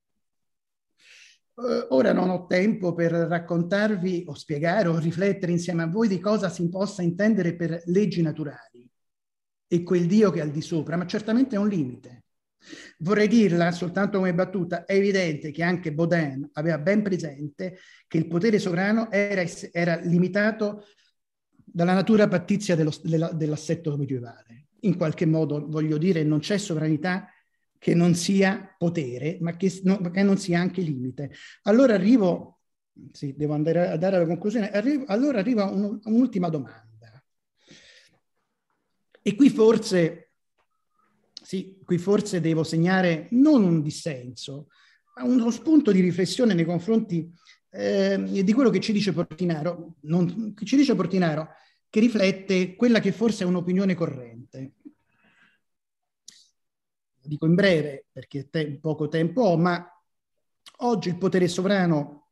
Uh, ora non ho tempo per raccontarvi o spiegare o riflettere insieme a voi di cosa si possa intendere per leggi naturali e quel Dio che è al di sopra, ma certamente è un limite. Vorrei dirla soltanto come battuta, è evidente che anche Baudin aveva ben presente che il potere sovrano era, era limitato dalla natura pattizia dello, della, dell'assetto medievale. In qualche modo, voglio dire, non c'è sovranità che non sia potere, ma che, no, che non sia anche limite. Allora arrivo, sì, devo andare a dare la conclusione, arrivo, allora arriva un, un'ultima domanda. E qui forse, sì, qui forse devo segnare non un dissenso, ma uno spunto di riflessione nei confronti eh, di quello che ci dice Portinaro, non, che ci dice Portinaro, che riflette quella che forse è un'opinione corrente. Dico in breve, perché te, poco tempo ho, ma oggi il potere sovrano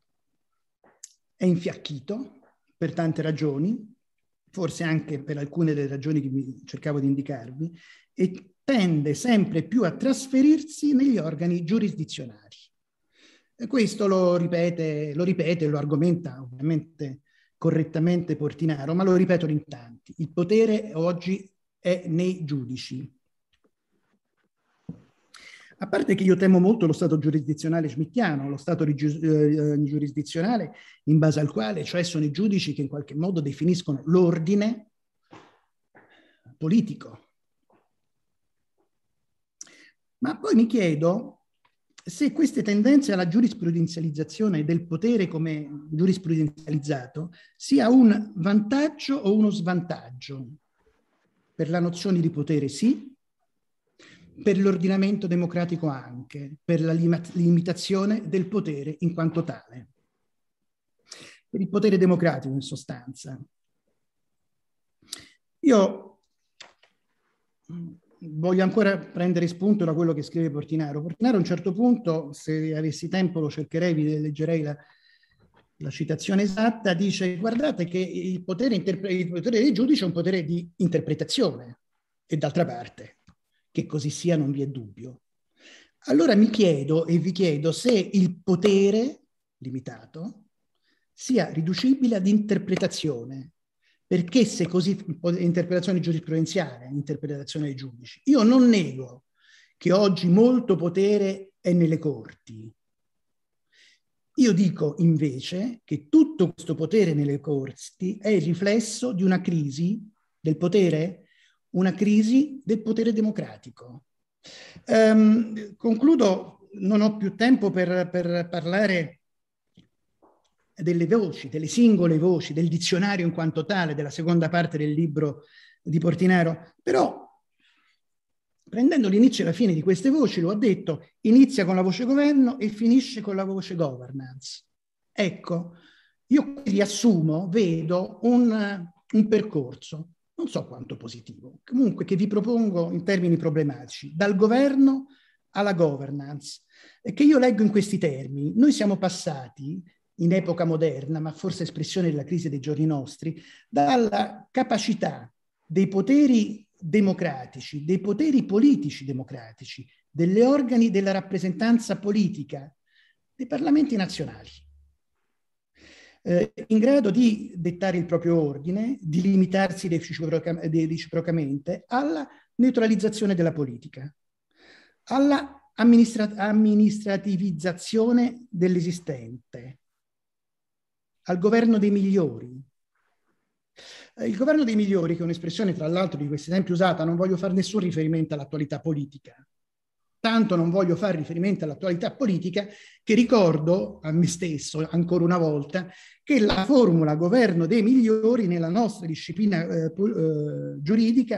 è infiacchito per tante ragioni, forse anche per alcune delle ragioni che mi cercavo di indicarvi, e tende sempre più a trasferirsi negli organi giurisdizionali. E questo lo ripete, lo ripete, lo argomenta ovviamente correttamente Portinaro, ma lo ripetono in tanti. Il potere oggi è nei giudici. A parte che io temo molto lo stato giurisdizionale schmittiano, lo stato eh, giurisdizionale in base al quale, cioè, sono i giudici che in qualche modo definiscono l'ordine politico. Ma poi mi chiedo se queste tendenze alla giurisprudenzializzazione del potere come giurisprudenzializzato sia un vantaggio o uno svantaggio. Per la nozione di potere sì, per l'ordinamento democratico anche, per la limitazione del potere in quanto tale. Per il potere democratico in sostanza. Io voglio ancora prendere spunto da quello che scrive Portinaro. Portinaro a un certo punto, se avessi tempo lo cercherei, vi leggerei la, la citazione esatta, dice: guardate che il potere, il potere dei giudici è un potere di interpretazione, e d'altra parte, che così sia non vi è dubbio. Allora mi chiedo e vi chiedo se il potere limitato sia riducibile ad interpretazione, perché se così, interpretazione giurisprudenziale, interpretazione dei giudici. Io non nego che oggi molto potere è nelle corti. Io dico invece che tutto questo potere nelle corti è il riflesso di una crisi del potere, una crisi del potere democratico. Um, concludo, non ho più tempo per, per parlare delle voci, delle singole voci, del dizionario in quanto tale, della seconda parte del libro di Portinaro, però prendendo l'inizio e la fine di queste voci, lo ha detto, inizia con la voce governo e finisce con la voce governance. Ecco, io riassumo, vedo un, un percorso, non so quanto positivo, comunque che vi propongo in termini problematici, dal governo alla governance, e che io leggo in questi termini. Noi siamo passati in epoca moderna, ma forse espressione della crisi dei giorni nostri, dalla capacità dei poteri democratici, dei poteri politici democratici, degli organi della rappresentanza politica, dei parlamenti nazionali, eh, in grado di dettare il proprio ordine, di limitarsi reciprocamente alla neutralizzazione della politica, alla amministra- amministrativizzazione dell'esistente, al governo dei migliori. Il governo dei migliori, che è un'espressione tra l'altro di questi tempi usata, non voglio fare nessun riferimento all'attualità politica. Tanto non voglio fare riferimento all'attualità politica che ricordo a me stesso, ancora una volta, che la formula governo dei migliori nella nostra disciplina eh, eh, giuridica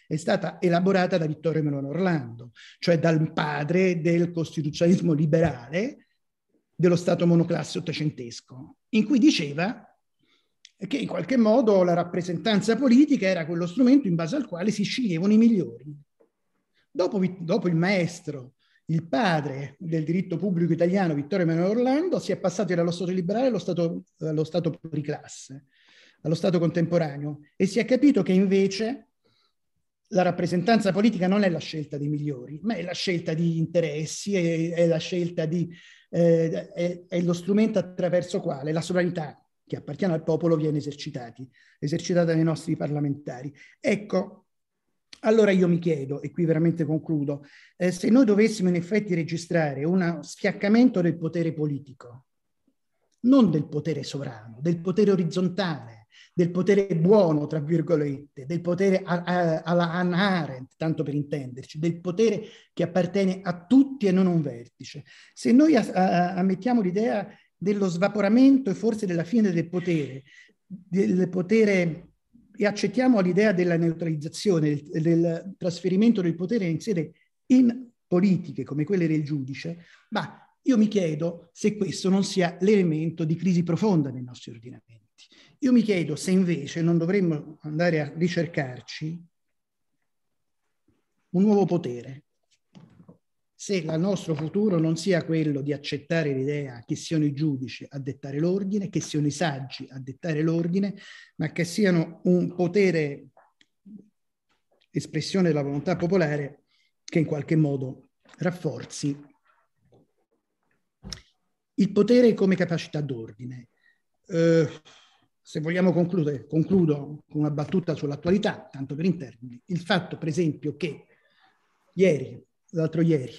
è stata elaborata da Vittorio Emanuele Orlando, cioè dal padre del costituzionalismo liberale dello Stato monoclasse ottocentesco, in cui diceva che in qualche modo la rappresentanza politica era quello strumento in base al quale si sceglievano i migliori. Dopo, dopo il maestro, il padre del diritto pubblico italiano, Vittorio Emanuele Orlando, si è passati dallo Stato liberale allo Stato, allo Stato pluriclasse, allo Stato contemporaneo, e si è capito che invece la rappresentanza politica non è la scelta dei migliori, ma è la scelta di interessi, è, è la scelta di... Eh, è, è lo strumento attraverso quale la sovranità che appartiene al popolo viene esercitati, esercitata dai nostri parlamentari. Ecco, allora io mi chiedo, e qui veramente concludo, eh, se noi dovessimo in effetti registrare uno sfiaccamento del potere politico, non del potere sovrano, del potere orizzontale, del potere buono, tra virgolette, del potere a, a, alla Hannah Arendt, tanto per intenderci, del potere che appartiene a tutti e non a un vertice. Se noi a, a, ammettiamo l'idea dello svaporamento e forse della fine del potere, del potere e accettiamo l'idea della neutralizzazione, del, del trasferimento del potere in sede in politiche come quelle del giudice, ma io mi chiedo se questo non sia l'elemento di crisi profonda nei nostri ordinamenti. Io mi chiedo se invece non dovremmo andare a ricercarci un nuovo potere, se il nostro futuro non sia quello di accettare l'idea che siano i giudici a dettare l'ordine, che siano i saggi a dettare l'ordine, ma che siano un potere, espressione della volontà popolare, che in qualche modo rafforzi il potere come capacità d'ordine. Eh, se vogliamo concludere, concludo con una battuta sull'attualità, tanto per interni. Il fatto, per esempio, che ieri, l'altro ieri,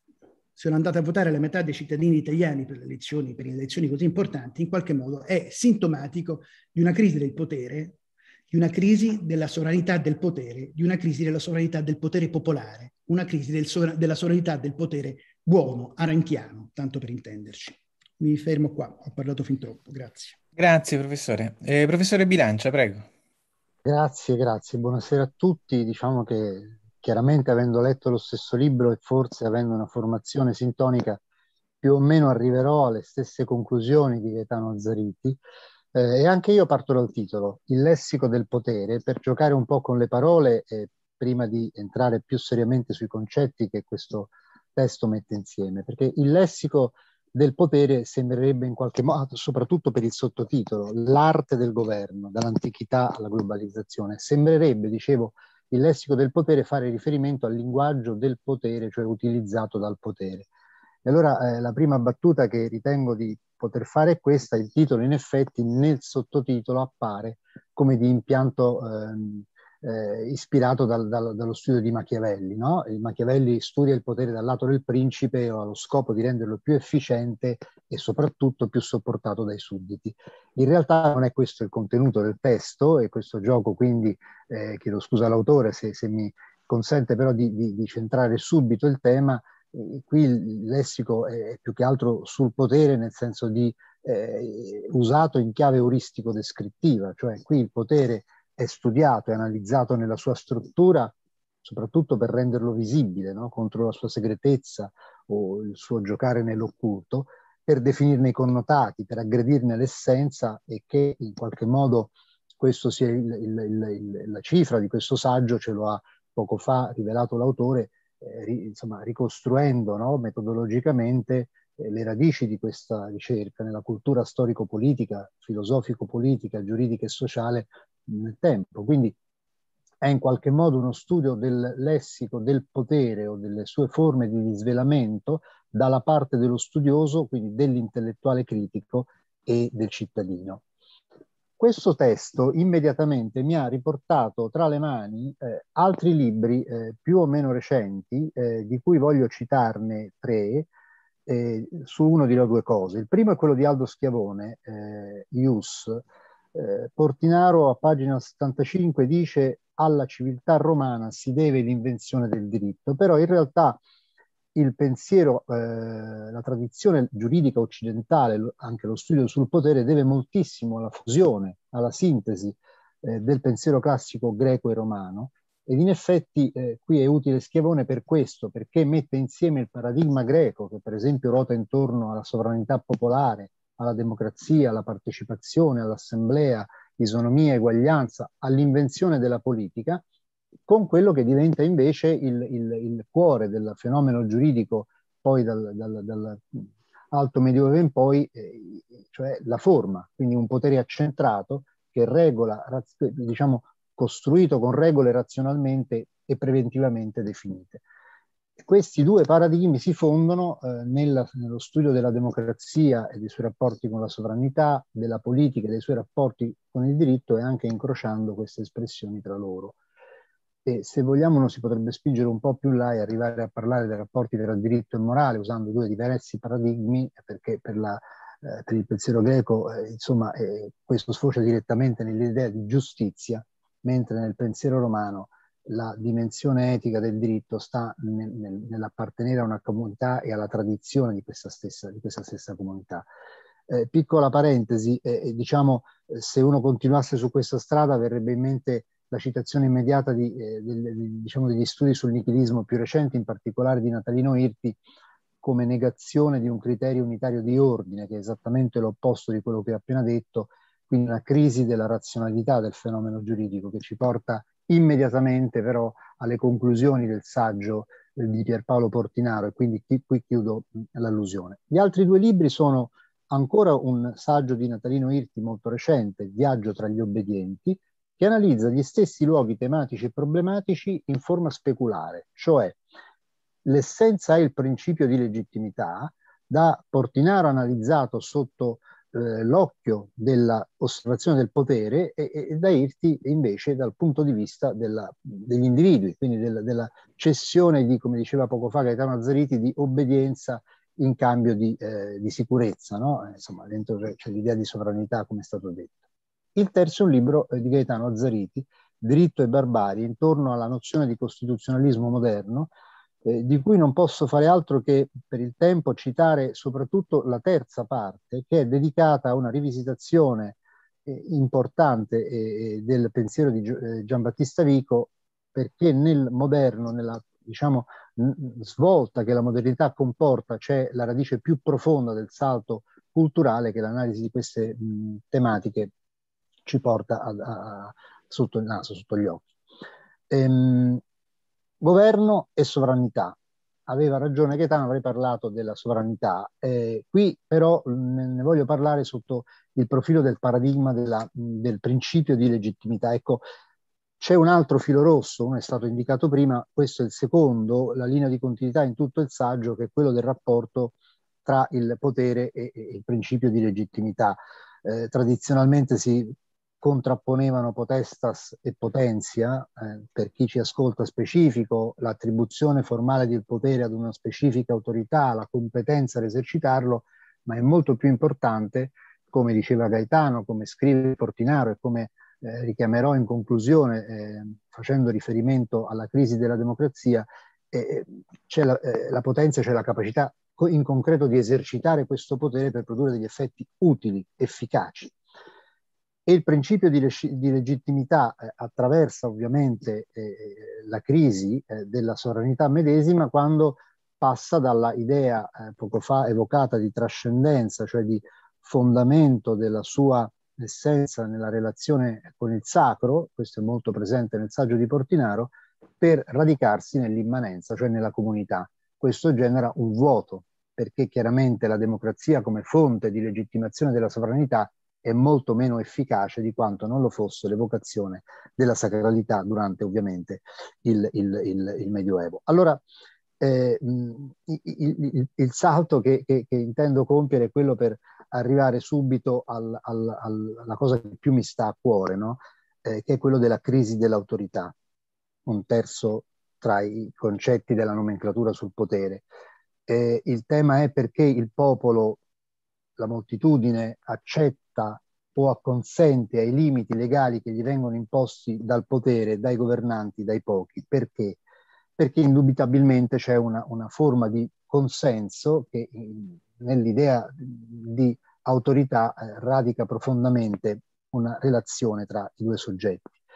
sono andate a votare la metà dei cittadini italiani per le elezioni, per le elezioni così importanti, in qualche modo è sintomatico di una crisi del potere, di una crisi della sovranità del potere, di una crisi della sovranità del potere popolare, una crisi del sovra- della sovranità del potere buono, arenchiano, tanto per intenderci. Mi fermo qua, ho parlato fin troppo, grazie. Grazie professore. Eh, professore Bilancia, prego. Grazie, grazie. Buonasera a tutti. Diciamo che chiaramente avendo letto lo stesso libro e forse avendo una formazione sintonica, più o meno arriverò alle stesse conclusioni di Gaetano Azzariti. Eh, e anche io parto dal titolo, Il lessico del potere, per giocare un po' con le parole eh, prima di entrare più seriamente sui concetti che questo testo mette insieme, perché il lessico del potere sembrerebbe in qualche modo, soprattutto per il sottotitolo, l'arte del governo, dall'antichità alla globalizzazione, sembrerebbe, dicevo, il lessico del potere fare riferimento al linguaggio del potere, cioè utilizzato dal potere. E allora eh, la prima battuta che ritengo di poter fare è questa: il titolo in effetti nel sottotitolo appare come di impianto ehm, eh, ispirato dal, dal, dallo studio di Machiavelli, no? Il Machiavelli studia il potere dal lato del principe o allo scopo di renderlo più efficiente e soprattutto più sopportato dai sudditi. In realtà non è questo il contenuto del testo, e questo gioco quindi, eh, chiedo scusa all'autore se, se mi consente però di, di, di centrare subito il tema. Eh, qui il lessico è più che altro sul potere, nel senso di eh, usato in chiave euristico-descrittiva, cioè qui il potere è studiato e analizzato nella sua struttura, soprattutto per renderlo visibile, no? Contro la sua segretezza o il suo giocare nell'occulto, per definirne i connotati, per aggredirne l'essenza, e che in qualche modo questo sia il, il, il, la cifra di questo saggio ce lo ha poco fa rivelato l'autore, eh, ri, insomma, ricostruendo, no? Metodologicamente eh, le radici di questa ricerca nella cultura storico-politica, filosofico-politica, giuridica e sociale nel tempo. Quindi è in qualche modo uno studio del lessico del potere o delle sue forme di disvelamento dalla parte dello studioso, quindi dell'intellettuale critico e del cittadino. Questo testo immediatamente mi ha riportato tra le mani eh, altri libri eh, più o meno recenti, eh, di cui voglio citarne tre. Eh, su uno dirò due cose. Il primo è quello di Aldo Schiavone, eh, Ius. Eh, Portinaro a pagina settantacinque dice: alla civiltà romana si deve l'invenzione del diritto, però in realtà il pensiero, eh, la tradizione giuridica occidentale, anche lo studio sul potere, deve moltissimo alla fusione, alla sintesi eh, del pensiero classico greco e romano, Ed in effetti eh, qui è utile Schiavone per questo, perché mette insieme il paradigma greco, che per esempio ruota intorno alla sovranità popolare, alla democrazia, alla partecipazione, all'assemblea, isonomia, eguaglianza, all'invenzione della politica, con quello che diventa invece il, il, il cuore del fenomeno giuridico poi dal, dal, dal alto medioevo in poi, eh, cioè la forma, quindi un potere accentrato che regola, diciamo, costruito con regole razionalmente e preventivamente definite. Questi due paradigmi si fondono eh, nella, nello studio della democrazia e dei suoi rapporti con la sovranità, della politica e dei suoi rapporti con il diritto, e anche incrociando queste espressioni tra loro. E se vogliamo uno si potrebbe spingere un po' più là e arrivare a parlare dei rapporti tra diritto e morale usando due diversi paradigmi, perché per, la, eh, per il pensiero greco eh, insomma eh, questo sfocia direttamente nell'idea di giustizia, mentre nel pensiero romano la dimensione etica del diritto sta nel, nel, nell'appartenere a una comunità e alla tradizione di questa stessa, di questa stessa comunità. Eh, piccola parentesi, eh, diciamo, se uno continuasse su questa strada verrebbe in mente la citazione immediata di, eh, del, di, diciamo, degli studi sul nichilismo più recenti, in particolare di Natalino Irti, come negazione di un criterio unitario di ordine, che è esattamente l'opposto di quello che ho appena detto, quindi una crisi della razionalità del fenomeno giuridico che ci porta immediatamente però alle conclusioni del saggio eh, di Pierpaolo Portinaro, e quindi qui, qui chiudo l'allusione. Gli altri due libri sono ancora un saggio di Natalino Irti molto recente, Viaggio tra gli obbedienti, che analizza gli stessi luoghi tematici e problematici in forma speculare, cioè l'essenza è il principio di legittimità, da Portinaro analizzato sotto eh, l'occhio dell'osservazione del potere e, e da Irti invece dal punto di vista della, degli individui, quindi del, della cessione di, come diceva poco fa Gaetano Azzariti, di obbedienza in cambio di, eh, di sicurezza, no? Insomma, dentro c'è l'idea di sovranità, come è stato detto. Il terzo è un libro eh, di Gaetano Azzariti, Diritto e barbarie, intorno alla nozione di costituzionalismo moderno, eh, di cui non posso fare altro che per il tempo citare soprattutto la terza parte, che è dedicata a una rivisitazione eh, importante eh, del pensiero di eh, Giambattista Vico, perché nel moderno, nella diciamo svolta che la modernità comporta, c'è la radice più profonda del salto culturale che l'analisi di queste mh, tematiche ci porta a, a, a, sotto il naso, sotto gli occhi. Ehm, governo e sovranità. Aveva ragione Gaetano, avrei parlato della sovranità. Eh, qui però ne, ne voglio parlare sotto il profilo del paradigma della, del principio di legittimità. Ecco, c'è un altro filo rosso, uno è stato indicato prima, questo è il secondo, la linea di continuità in tutto il saggio, che è quello del rapporto tra il potere e, e il principio di legittimità. Eh, tradizionalmente si contrapponevano potestas e potentia, eh, per chi ci ascolta specifico, l'attribuzione formale del potere ad una specifica autorità, la competenza ad esercitarlo, ma è molto più importante, come diceva Gaetano, come scrive Portinaro e come eh, richiamerò in conclusione, eh, facendo riferimento alla crisi della democrazia, eh, c'è la, eh, la potenza, c'è la capacità in concreto di esercitare questo potere per produrre degli effetti utili, efficaci. E il principio di, leg- di legittimità eh, attraversa ovviamente eh, la crisi eh, della sovranità medesima quando passa dalla idea eh, poco fa evocata di trascendenza, cioè di fondamento della sua essenza nella relazione con il sacro, questo è molto presente nel saggio di Portinaro, per radicarsi nell'immanenza, cioè nella comunità. Questo genera un vuoto, perché chiaramente la democrazia come fonte di legittimazione della sovranità è molto meno efficace di quanto non lo fosse l'evocazione della sacralità durante ovviamente il, il, il, il Medioevo. Allora, eh, il, il, il salto che, che, che intendo compiere è quello per arrivare subito al, al, al, alla cosa che più mi sta a cuore, no? eh, che è quello della crisi dell'autorità, un terzo tra i concetti della nomenclatura sul potere. Eh, il tema è perché il popolo, la moltitudine, accetta o acconsente ai limiti legali che gli vengono imposti dal potere, dai governanti, dai pochi. Perché? Perché indubitabilmente c'è una, una forma di consenso che nell'idea di autorità eh, radica profondamente una relazione tra i due soggetti.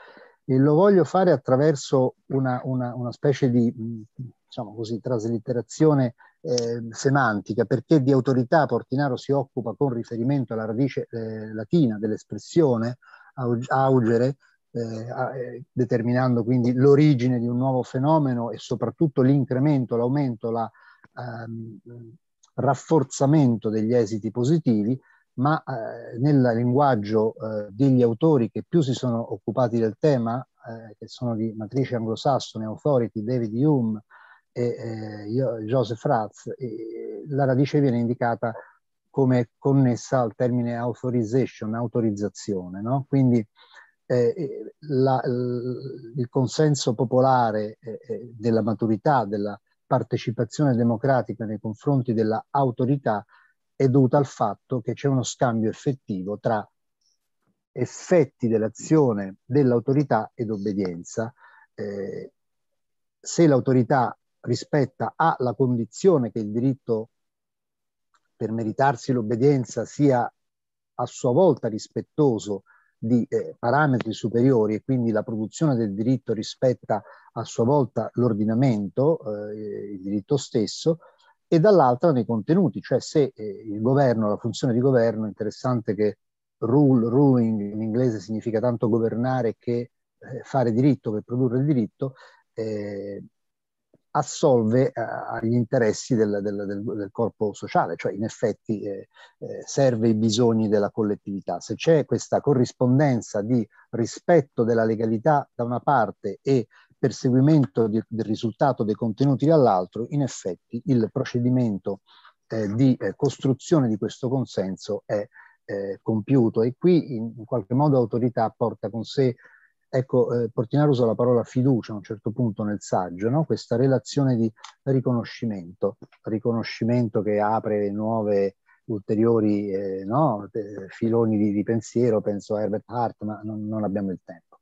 E lo voglio fare attraverso una, una, una specie di, diciamo così, traslitterazione eh, semantica, perché di autorità Portinaro si occupa con riferimento alla radice eh, latina dell'espressione augere, eh, eh, determinando quindi l'origine di un nuovo fenomeno e soprattutto l'incremento, l'aumento, la ehm, rafforzamento degli esiti positivi, ma eh, nel linguaggio eh, degli autori che più si sono occupati del tema, eh, che sono di matrice anglosassone, Authority, David Hume e eh, Joseph Ratz, eh, la radice viene indicata come connessa al termine authorization, autorizzazione, no? Quindi eh, la, il consenso popolare eh, della maturità, della partecipazione democratica nei confronti della autorità è dovuta al fatto che c'è uno scambio effettivo tra effetti dell'azione dell'autorità ed obbedienza. Eh, se l'autorità rispetta A la condizione che il diritto per meritarsi l'obbedienza sia a sua volta rispettoso di eh, parametri superiori e quindi la produzione del diritto rispetta a sua volta l'ordinamento, eh, il diritto stesso, e dall'altra nei contenuti, cioè se eh, il governo, la funzione di governo, interessante che rule, ruling in inglese significa tanto governare che eh, fare diritto, che produrre il diritto, eh, assolve eh, agli interessi del, del, del, del corpo sociale, cioè in effetti eh, eh, serve i bisogni della collettività. Se c'è questa corrispondenza di rispetto della legalità da una parte e perseguimento di, del risultato dei contenuti dall'altro, in effetti il procedimento eh, di eh, costruzione di questo consenso è eh, compiuto, e qui in, in qualche modo autorità porta con sé. Ecco, eh, Portinaro usa la parola fiducia a un certo punto nel saggio, no? Questa relazione di riconoscimento, riconoscimento che apre nuove, ulteriori eh, no? filoni di, di pensiero, penso a Herbert Hart, ma non, non abbiamo il tempo.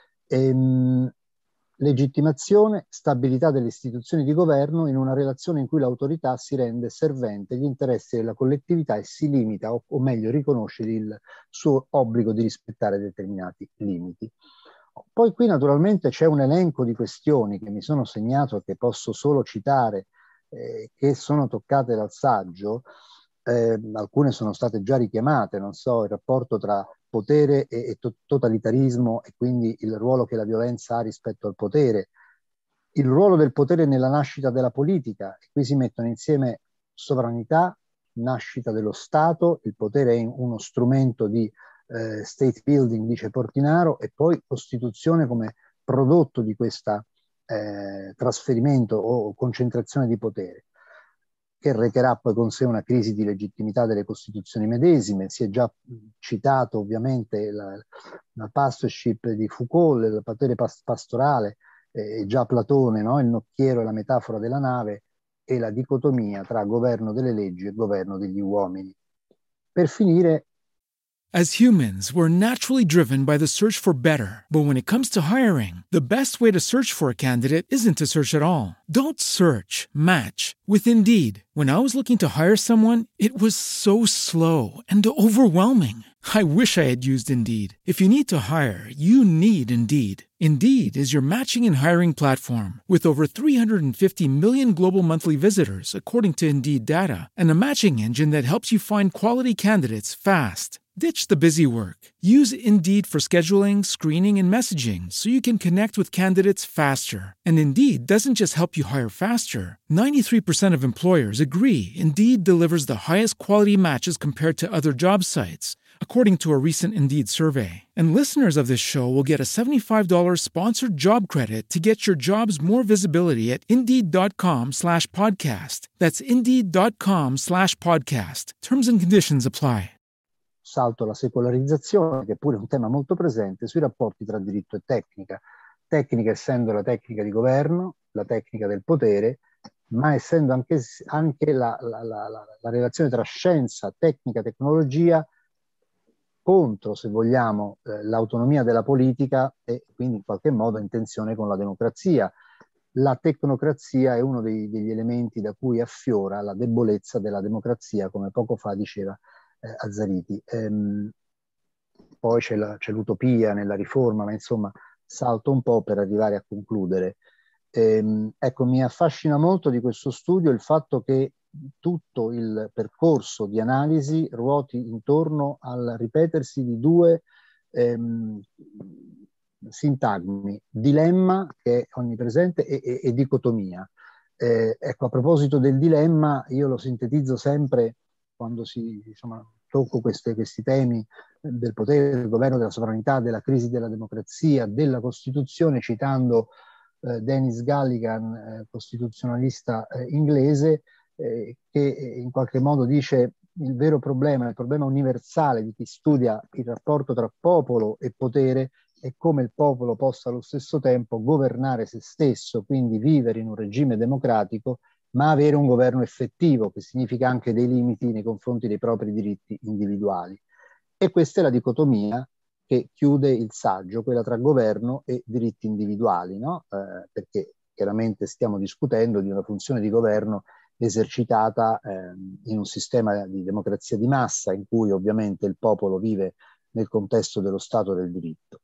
Ehm, legittimazione, stabilità delle istituzioni di governo in una relazione in cui l'autorità si rende servente agli interessi della collettività e si limita, o, o meglio riconosce il suo obbligo di rispettare determinati limiti. Poi qui naturalmente c'è un elenco di questioni che mi sono segnato e che posso solo citare, eh, che sono toccate dal saggio. Eh, alcune sono state già richiamate, non so, il rapporto tra potere e, e to- totalitarismo e quindi il ruolo che la violenza ha rispetto al potere, il ruolo del potere nella nascita della politica, e qui si mettono insieme sovranità, nascita dello Stato, il potere è uno strumento di eh, state building, dice Portinaro, e poi Costituzione come prodotto di questo eh, trasferimento o concentrazione di potere, che recherà poi con sé una crisi di legittimità delle Costituzioni medesime. Si è già citato ovviamente la, la pastorship di Foucault, il potere pas- pastorale, eh, già Platone, no? Il nocchiero e la metafora della nave, e la dicotomia tra governo delle leggi e governo degli uomini. Per finire, as humans, we're naturally driven by the search for better. But when it comes to hiring, the best way to search for a candidate isn't to search at all. Don't search, match with Indeed. When I was looking to hire someone, it was so slow and overwhelming. I wish I had used Indeed. If you need to hire, you need Indeed. Indeed is your matching and hiring platform with over three hundred fifty million global monthly visitors, according to Indeed data, and a matching engine that helps you find quality candidates fast. Ditch the busy work. Use Indeed for scheduling, screening, and messaging so you can connect with candidates faster. And Indeed doesn't just help you hire faster. ninety-three percent of employers agree Indeed delivers the highest quality matches compared to other job sites, according to a recent Indeed survey. And listeners of this show will get a seventy-five dollars sponsored job credit to get your jobs more visibility at Indeed.com slash podcast. That's Indeed.com slash podcast. Terms and conditions apply. Salto la secolarizzazione, che pure è un tema molto presente, sui rapporti tra diritto e tecnica. Tecnica essendo la tecnica di governo, la tecnica del potere, ma essendo anche, anche la, la, la, la, la relazione tra scienza, tecnica, tecnologia, contro, se vogliamo, eh, l'autonomia della politica e quindi in qualche modo in tensione con la democrazia. La tecnocrazia è uno dei, degli elementi da cui affiora la debolezza della democrazia, come poco fa diceva eh, Azzariti. Ehm, poi c'è, la, c'è l'utopia nella riforma, ma insomma salto un po' per arrivare a concludere. Ehm, ecco, mi affascina molto di questo studio il fatto che tutto il percorso di analisi ruoti intorno al ripetersi di due ehm, sintagmi: dilemma, che è onnipresente, e, e, e dicotomia. Eh, ecco, a proposito del dilemma, io lo sintetizzo sempre quando si, insomma, tocco queste, questi temi del potere, del governo, della sovranità, della crisi della democrazia, della Costituzione, citando eh, Dennis Galligan, eh, costituzionalista eh, inglese, eh, che in qualche modo dice: il vero problema, il problema universale di chi studia il rapporto tra popolo e potere è come il popolo possa allo stesso tempo governare se stesso, quindi vivere in un regime democratico, ma avere un governo effettivo, che significa anche dei limiti nei confronti dei propri diritti individuali. E questa è la dicotomia che chiude il saggio, quella tra governo e diritti individuali, no? Eh, perché chiaramente stiamo discutendo di una funzione di governo esercitata eh, in un sistema di democrazia di massa, in cui ovviamente il popolo vive nel contesto dello Stato del diritto.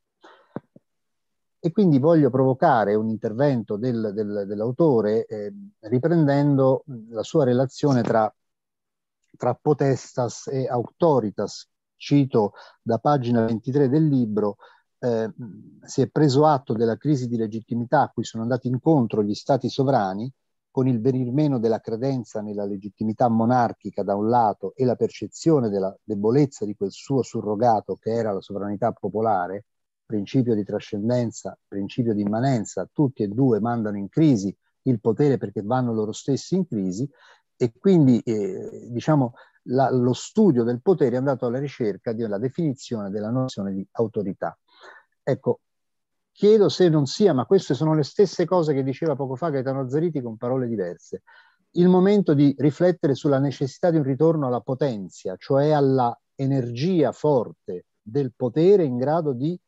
E quindi voglio provocare un intervento del, del, dell'autore eh, riprendendo la sua relazione tra, tra potestas e auctoritas. Cito da pagina ventitré del libro: eh, si è preso atto della crisi di legittimità a cui sono andati incontro gli stati sovrani, con il venir meno della credenza nella legittimità monarchica da un lato e la percezione della debolezza di quel suo surrogato che era la sovranità popolare, principio di trascendenza, principio di immanenza, tutti e due mandano in crisi il potere perché vanno loro stessi in crisi, e quindi eh, diciamo la, lo studio del potere è andato alla ricerca della definizione della nozione di autorità. Ecco, chiedo se non sia, ma queste sono le stesse cose che diceva poco fa Gaetano Zariti con parole diverse, il momento di riflettere sulla necessità di un ritorno alla potenza, cioè alla energia forte del potere in grado di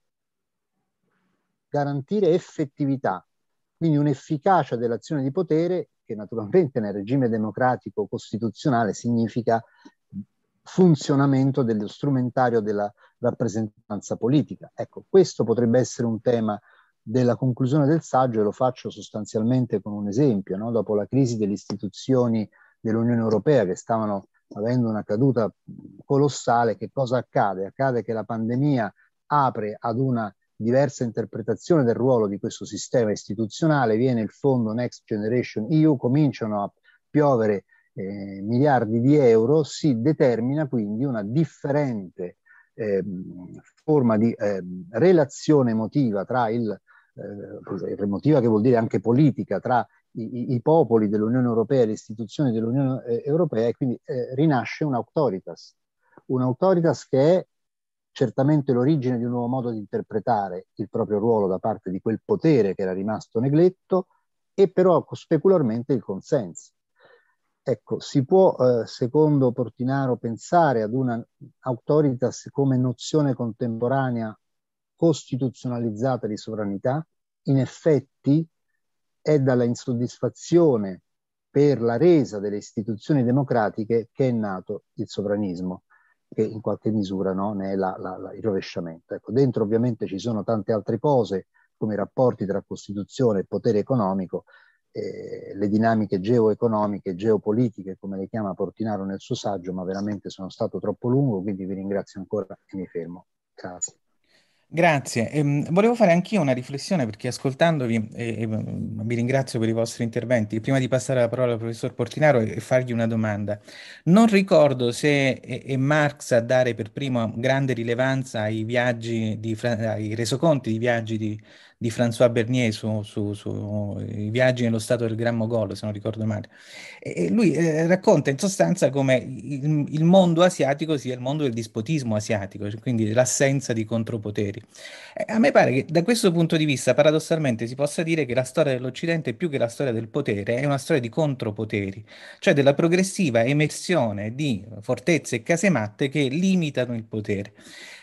garantire effettività, quindi un'efficacia dell'azione di potere che naturalmente nel regime democratico costituzionale significa funzionamento dello strumentario della rappresentanza politica. Ecco, questo potrebbe essere un tema della conclusione del saggio, e lo faccio sostanzialmente con un esempio, no? Dopo la crisi delle istituzioni dell'Unione Europea, che stavano avendo una caduta colossale, che cosa accade? Accade che la pandemia apre ad una diversa interpretazione del ruolo di questo sistema istituzionale, viene il fondo Next Generation E U, cominciano a piovere eh, miliardi di euro, si determina quindi una differente eh, forma di eh, relazione emotiva tra il, eh, emotiva che vuol dire anche politica, tra i, i popoli dell'Unione Europea e le istituzioni dell'Unione Europea, e quindi eh, rinasce un'autoritas, un'autoritas che è certamente l'origine di un nuovo modo di interpretare il proprio ruolo da parte di quel potere che era rimasto negletto, e però specularmente il consenso. Ecco, si può, eh, secondo Portinaro, pensare ad una autoritas come nozione contemporanea costituzionalizzata di sovranità? In effetti è dalla insoddisfazione per la resa delle istituzioni democratiche che è nato il sovranismo, che in qualche misura, no, ne è la, la, la, il rovesciamento. Ecco, dentro ovviamente ci sono tante altre cose, come i rapporti tra Costituzione e potere economico, eh, le dinamiche geoeconomiche, geopolitiche, come le chiama Portinaro nel suo saggio, ma veramente sono stato troppo lungo, quindi vi ringrazio ancora e mi fermo. Grazie. Grazie. Ehm, volevo fare anch'io una riflessione, perché ascoltandovi, e, e, mm, vi ringrazio per i vostri interventi, prima di passare la parola al professor Portinaro e, e fargli una domanda. Non ricordo se è, è Marx a dare per primo grande rilevanza ai viaggi di, Fra- ai resoconti di viaggi di, di François Bernier su, su- su- i viaggi nello stato del Gran Mogol, se non ricordo male. E e lui eh, racconta in sostanza come il, il mondo asiatico sia il mondo del dispotismo asiatico, cioè quindi l'assenza di contropoteri. Eh, A me pare che da questo punto di vista, paradossalmente, si possa dire che la storia dell'Occidente, più che la storia del potere, è una storia di contropoteri, cioè della progressiva emersione di fortezze e casematte che limitano il potere.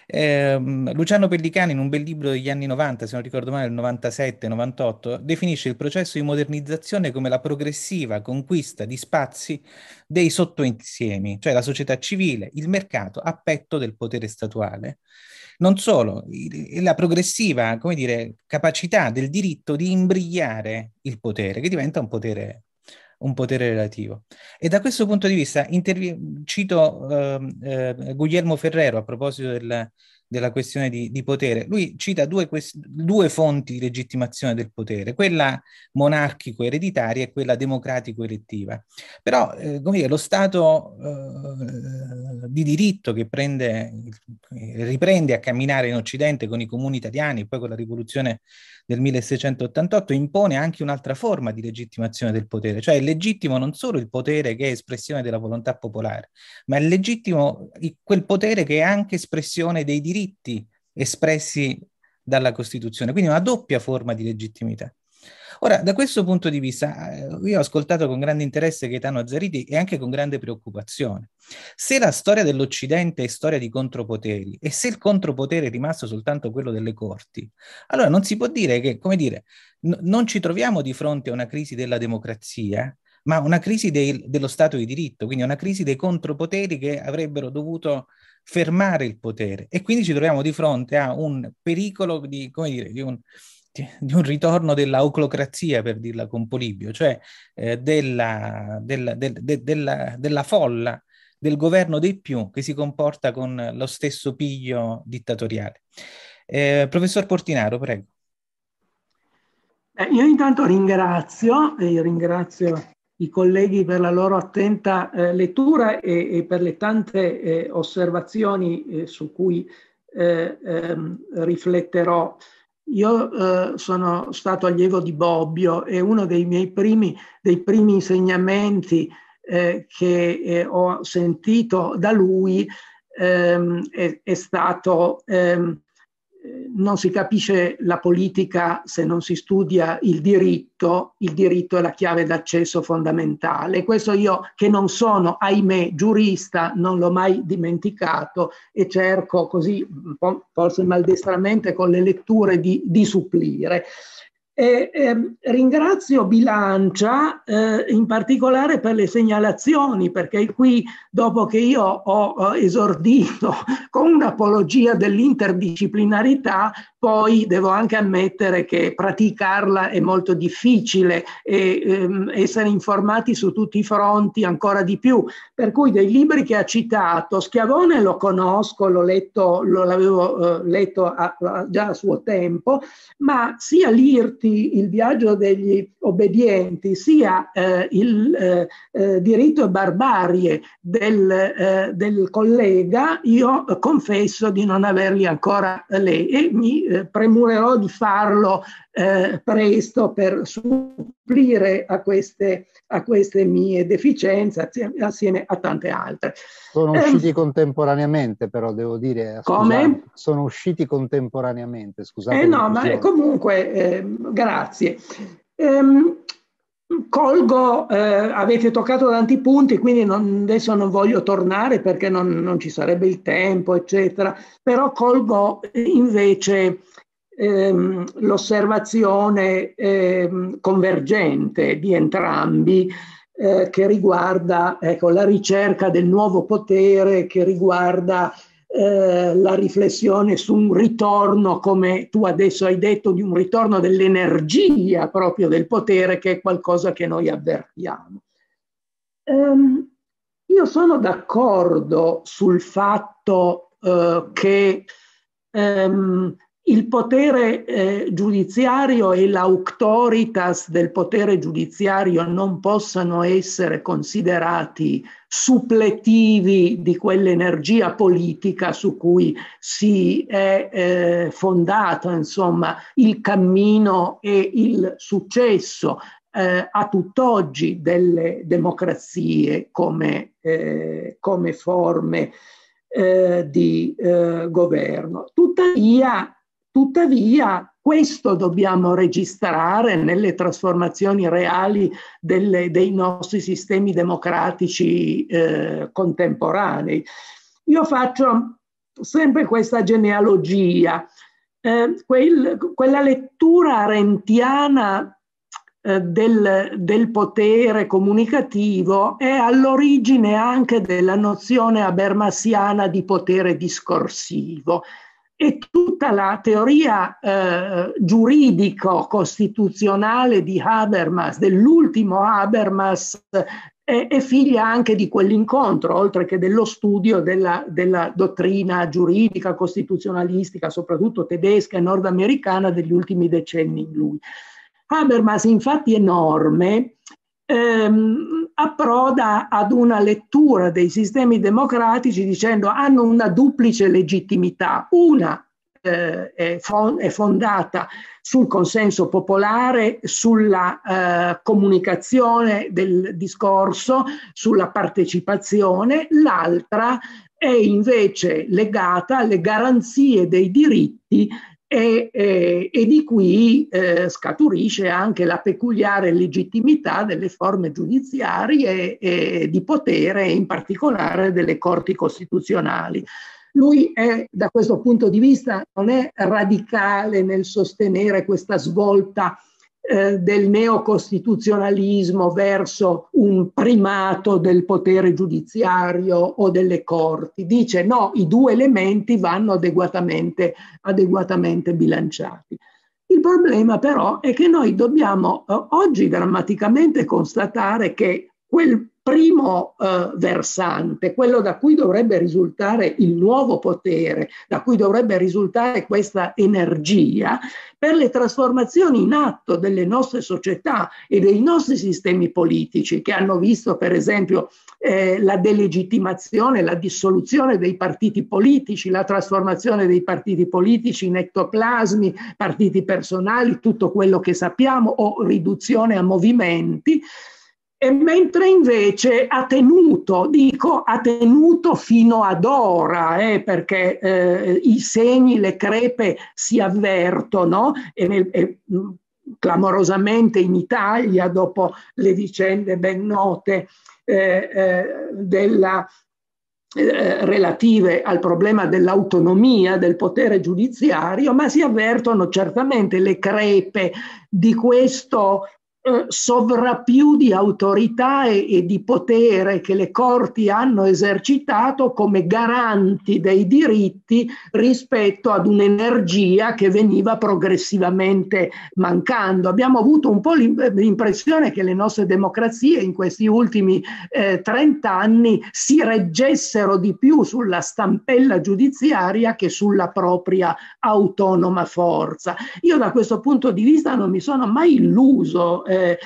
Eh, Luciano Pellicani, in un bel libro degli anni novanta, se non ricordo male, il novantasette novantotto, definisce il processo di modernizzazione come la progressiva conquista di spazi dei sottoinsiemi, cioè la società civile, il mercato a petto del potere statuale. Non solo, la progressiva, come dire, capacità del diritto di imbrigliare il potere, che diventa un potere un potere relativo. E da questo punto di vista intervi- cito eh, eh, Guglielmo Ferrero a proposito del, della questione di, di potere. Lui cita due, quest- due fonti di legittimazione del potere, quella monarchico-ereditaria e quella democratico-elettiva. Però eh, come dire, lo Stato eh, di diritto che prende, riprende a camminare in Occidente con i comuni italiani, poi con la rivoluzione del milleseicentottantotto, impone anche un'altra forma di legittimazione del potere, cioè è legittimo non solo il potere che è espressione della volontà popolare, ma è legittimo quel potere che è anche espressione dei diritti espressi dalla Costituzione, quindi una doppia forma di legittimità. Ora, da questo punto di vista, io ho ascoltato con grande interesse Gaetano Azzariti e anche con grande preoccupazione. Se la storia dell'Occidente è storia di contropoteri e se il contropotere è rimasto soltanto quello delle corti, allora non si può dire che, come dire, n- non ci troviamo di fronte a una crisi della democrazia, ma una crisi dei, dello Stato di diritto, quindi una crisi dei contropoteri che avrebbero dovuto fermare il potere. E quindi ci troviamo di fronte a un pericolo di, come dire, di un di un ritorno della oclocrazia, per dirla con Polibio, cioè eh, della, della, del, de, della, della folla, del governo dei più che si comporta con lo stesso piglio dittatoriale. Eh, professor Portinaro, prego. Eh, io intanto ringrazio, e ringrazio i colleghi per la loro attenta eh, lettura e, e per le tante eh, osservazioni eh, su cui eh, ehm, rifletterò. Io eh, sono stato allievo di Bobbio e uno dei miei primi, dei primi insegnamenti eh, che eh, ho sentito da lui ehm, è, è stato ehm, non si capisce la politica se non si studia il diritto, il diritto è la chiave d'accesso fondamentale. Questo io, che non sono, ahimè, giurista, non l'ho mai dimenticato e cerco così, forse maldestramente, con le letture di, di supplire. E, eh, ringrazio Bilancia eh, in particolare per le segnalazioni, perché qui, dopo che io ho, ho esordito con un'apologia dell'interdisciplinarità, poi devo anche ammettere che praticarla è molto difficile e ehm, essere informati su tutti i fronti ancora di più. Per cui dei libri che ha citato, Schiavone lo conosco, l'ho letto, lo l'avevo eh, letto a, a, già a suo tempo, ma sia Lirti, Il viaggio degli obbedienti, sia eh, il eh, eh, Diritto e barbarie del, eh, del collega, io confesso di non averli ancora letti e mi eh, premurerò di farlo eh, presto per supplire a queste, a queste mie deficienze assieme, assieme a tante altre. Sono eh, usciti contemporaneamente, però devo dire, come? Scusate, sono usciti contemporaneamente, scusate. Eh no, ma comunque, eh, grazie. Ehm, colgo, eh, avete toccato tanti punti, quindi non, adesso non voglio tornare perché non, non ci sarebbe il tempo, eccetera, però colgo invece ehm, l'osservazione ehm, convergente di entrambi eh, che riguarda ecco, la ricerca del nuovo potere, che riguarda Eh, la riflessione su un ritorno, come tu adesso hai detto, di un ritorno dell'energia proprio del potere, che è qualcosa che noi avvertiamo. Um, io sono d'accordo sul fatto uh, che um, il potere eh, giudiziario e l'auctoritas del potere giudiziario non possano essere considerati suppletivi di quell'energia politica su cui si è eh, fondato, insomma, il cammino e il successo eh, a tutt'oggi delle democrazie come, eh, come forme eh, di eh, governo. Tuttavia, Tuttavia, questo dobbiamo registrare nelle trasformazioni reali delle, dei nostri sistemi democratici eh, contemporanei. Io faccio sempre questa genealogia, eh, quel, quella lettura arendtiana eh, del, del potere comunicativo è all'origine anche della nozione habermasiana di potere discorsivo. E tutta la teoria eh, giuridico-costituzionale di Habermas, dell'ultimo Habermas, è, è figlia anche di quell'incontro, oltre che dello studio della, della dottrina giuridica, costituzionalistica, soprattutto tedesca e nordamericana, degli ultimi decenni in lui. Habermas, infatti enorme, Ehm, approda ad una lettura dei sistemi democratici dicendo hanno una duplice legittimità. Una eh, è, fon- è fondata sul consenso popolare, sulla eh, comunicazione del discorso, sulla partecipazione, l'altra è invece legata alle garanzie dei diritti E, e, e di qui eh, scaturisce anche la peculiare legittimità delle forme giudiziarie e, e di potere, in particolare delle corti costituzionali. Lui è, da questo punto di vista, non è radicale nel sostenere questa svolta eh, del neocostituzionalismo verso un primato del potere giudiziario o delle corti. Dice no, i due elementi vanno adeguatamente, adeguatamente bilanciati. Il problema però è che noi dobbiamo eh, oggi drammaticamente constatare che quel primo eh, versante, quello da cui dovrebbe risultare il nuovo potere, da cui dovrebbe risultare questa energia, per le trasformazioni in atto delle nostre società e dei nostri sistemi politici, che hanno visto per esempio eh, la delegittimazione, la dissoluzione dei partiti politici, la trasformazione dei partiti politici in ectoplasmi, partiti personali, tutto quello che sappiamo, o riduzione a movimenti. E mentre invece ha tenuto, dico ha tenuto fino ad ora, eh, perché eh, i segni, le crepe si avvertono, e, nel, e clamorosamente in Italia, dopo le vicende ben note eh, eh, della, eh, relative al problema dell'autonomia del potere giudiziario, ma si avvertono certamente le crepe di questo sovrappiù di autorità e, e di potere che le corti hanno esercitato come garanti dei diritti rispetto ad un'energia che veniva progressivamente mancando. Abbiamo avuto un po' l'impressione che le nostre democrazie in questi ultimi eh, trent'anni si reggessero di più sulla stampella giudiziaria che sulla propria autonoma forza. Io da questo punto di vista non mi sono mai illuso eh, Eh,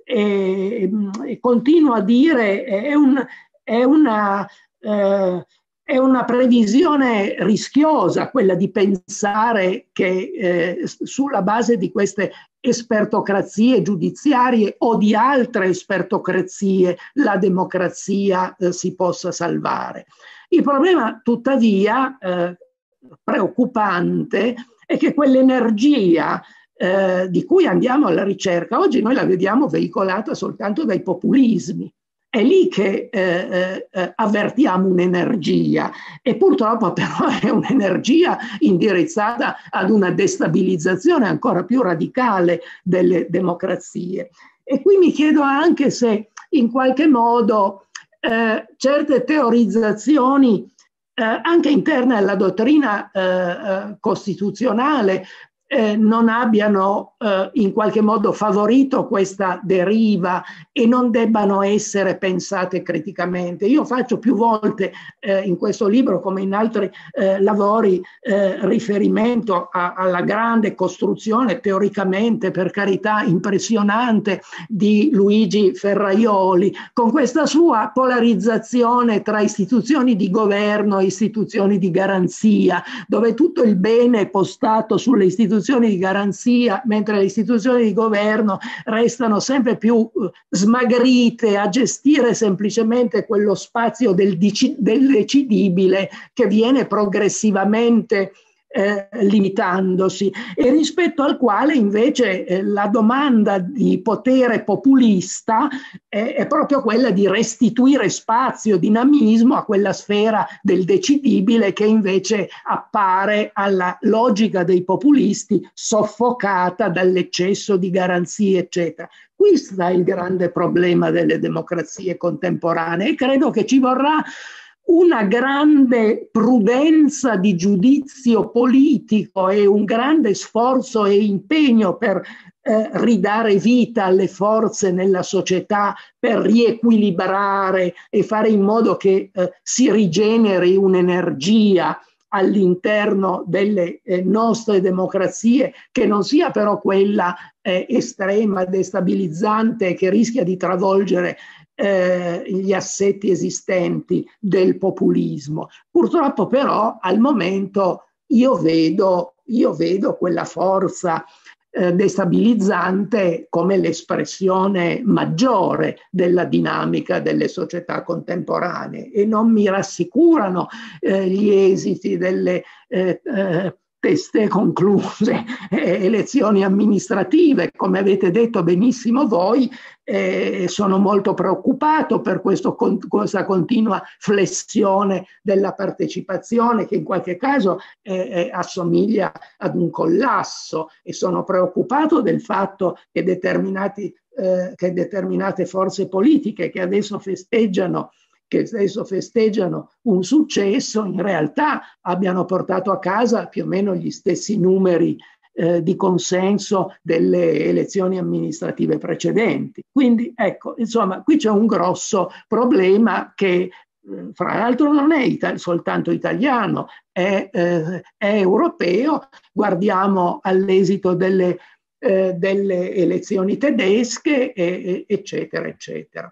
e, e continuo a dire è, un, è, una, eh, è una previsione rischiosa quella di pensare che eh, sulla base di queste espertocrazie giudiziarie o di altre espertocrazie la democrazia eh, si possa salvare. Il problema tuttavia eh, preoccupante è che quell'energia Eh, di cui andiamo alla ricerca, oggi noi la vediamo veicolata soltanto dai populismi. È lì che eh, eh, avvertiamo un'energia, e purtroppo però è un'energia indirizzata ad una destabilizzazione ancora più radicale delle democrazie. E qui mi chiedo anche se in qualche modo eh, certe teorizzazioni eh, anche interne alla dottrina eh, eh, costituzionale Eh, non abbiano eh, in qualche modo favorito questa deriva e non debbano essere pensate criticamente. Io faccio più volte eh, in questo libro, come in altri eh, lavori, eh, riferimento a, alla grande costruzione, teoricamente, per carità, impressionante di Luigi Ferraioli, con questa sua polarizzazione tra istituzioni di governo e istituzioni di garanzia, dove tutto il bene è postato sulle istituzioni di garanzia, mentre le istituzioni di governo restano sempre più smagrite a gestire semplicemente quello spazio del, del decidibile che viene progressivamente eh, limitandosi, e rispetto al quale invece eh, la domanda di potere populista è, è proprio quella di restituire spazio, dinamismo a quella sfera del decidibile che invece appare alla logica dei populisti soffocata dall'eccesso di garanzie, eccetera. Qui sta il grande problema delle democrazie contemporanee, e credo che ci vorrà una grande prudenza di giudizio politico e un grande sforzo e impegno per eh, ridare vita alle forze nella società, per riequilibrare e fare in modo che eh, si rigeneri un'energia all'interno delle eh, nostre democrazie, che non sia però quella eh, estrema, destabilizzante, che rischia di travolgere eh, gli assetti esistenti del populismo. Purtroppo però al momento io vedo, io vedo quella forza eh, destabilizzante come l'espressione maggiore della dinamica delle società contemporanee, e non mi rassicurano eh, gli esiti delle eh, eh, teste concluse eh, elezioni amministrative. Come avete detto benissimo voi, eh, sono molto preoccupato per questo, con, questa continua flessione della partecipazione, che in qualche caso eh, eh, assomiglia ad un collasso, e sono preoccupato del fatto che, determinati, eh, che determinate forze politiche che adesso festeggiano che adesso festeggiano un successo, in realtà abbiano portato a casa più o meno gli stessi numeri eh, di consenso delle elezioni amministrative precedenti. Quindi ecco, insomma, qui c'è un grosso problema che fra l'altro non è ita- soltanto italiano, è, eh, è europeo. Guardiamo all'esito delle, eh, delle elezioni tedesche, e, eccetera, eccetera.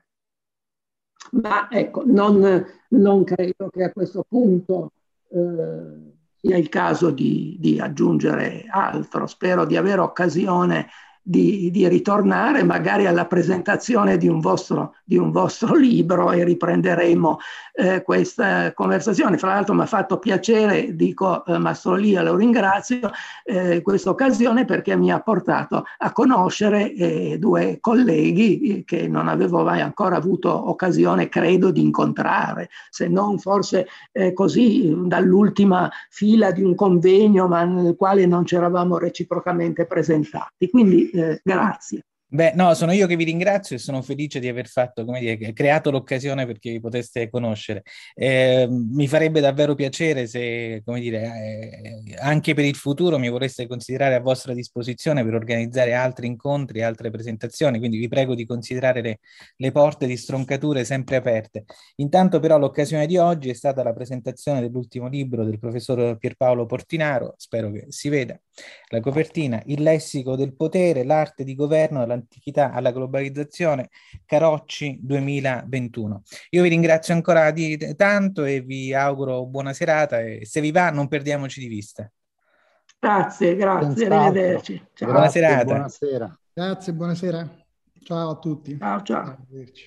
Ma ecco, non, non credo che a questo punto eh, sia il caso di, di aggiungere altro. Spero di avere occasione di, di ritornare magari alla presentazione di un vostro, di un vostro libro, e riprenderemo eh, questa conversazione. Fra l'altro mi ha fatto piacere, dico eh, Mastro Lia, lo ringrazio, eh, questa occasione, perché mi ha portato a conoscere eh, due colleghi che non avevo mai ancora avuto occasione, credo, di incontrare, se non forse eh, così dall'ultima fila di un convegno, ma nel quale non ci eravamo reciprocamente presentati. Quindi Eh, grazie. Beh, no, sono io che vi ringrazio e sono felice di aver fatto, come dire, creato l'occasione perché vi poteste conoscere. Eh, mi farebbe davvero piacere se, come dire, eh, anche per il futuro mi vorreste considerare a vostra disposizione per organizzare altri incontri, altre presentazioni, quindi vi prego di considerare le, le porte di Stroncature sempre aperte. Intanto però l'occasione di oggi è stata la presentazione dell'ultimo libro del professor Pierpaolo Portinaro, spero che si veda la copertina: Il lessico del potere, l'arte di governo dall'antichità alla globalizzazione, Carocci duemilaventuno. Io vi ringrazio ancora di tanto e vi auguro buona serata, e se vi va non perdiamoci di vista. Grazie, grazie, arrivederci. Ciao. Buona serata. Buonasera. Grazie, buonasera. Ciao a tutti. Ciao, ciao. Arrivederci.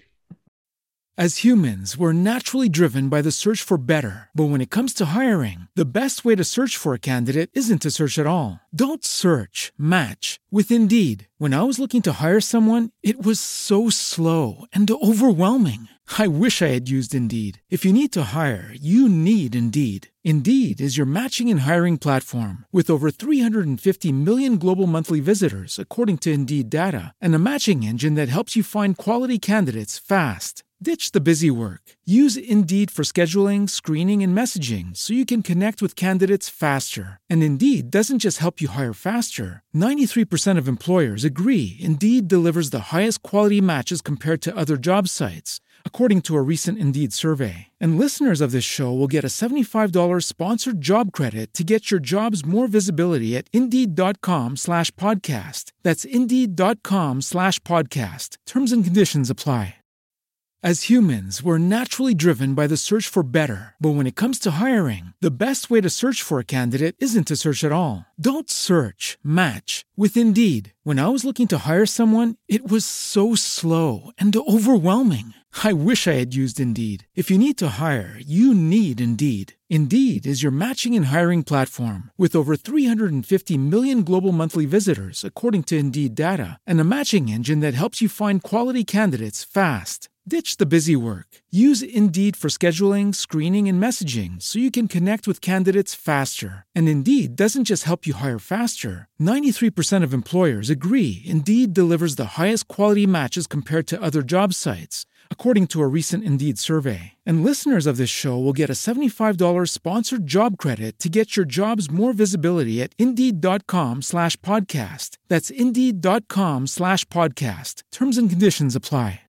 As humans, we're naturally driven by the search for better. But when it comes to hiring, the best way to search for a candidate isn't to search at all. Don't search, match with Indeed. When I was looking to hire someone, it was so slow and overwhelming. I wish I had used Indeed. If you need to hire, you need Indeed. Indeed is your matching and hiring platform with over three hundred fifty million global monthly visitors, according to Indeed data, and a matching engine that helps you find quality candidates fast. Ditch the busy work. Use Indeed for scheduling, screening, and messaging so you can connect with candidates faster. And Indeed doesn't just help you hire faster. ninety-three percent of employers agree Indeed delivers the highest quality matches compared to other job sites, according to a recent Indeed survey. And listeners of this show will get a seventy-five dollars sponsored job credit to get your jobs more visibility at Indeed.com slash podcast. That's Indeed.com slash podcast. Terms and conditions apply. As humans, we're naturally driven by the search for better. But when it comes to hiring, the best way to search for a candidate isn't to search at all. Don't search, match with Indeed. When I was looking to hire someone, it was so slow and overwhelming. I wish I had used Indeed. If you need to hire, you need Indeed. Indeed is your matching and hiring platform with over three hundred fifty million global monthly visitors, according to Indeed data, and a matching engine that helps you find quality candidates fast. Ditch the busy work. Use Indeed for scheduling, screening, and messaging so you can connect with candidates faster. And Indeed doesn't just help you hire faster. ninety-three percent of employers agree Indeed delivers the highest quality matches compared to other job sites, according to a recent Indeed survey. And listeners of this show will get a seventy-five dollars sponsored job credit to get your jobs more visibility at Indeed.com slash podcast. That's Indeed.com slash podcast. Terms and conditions apply.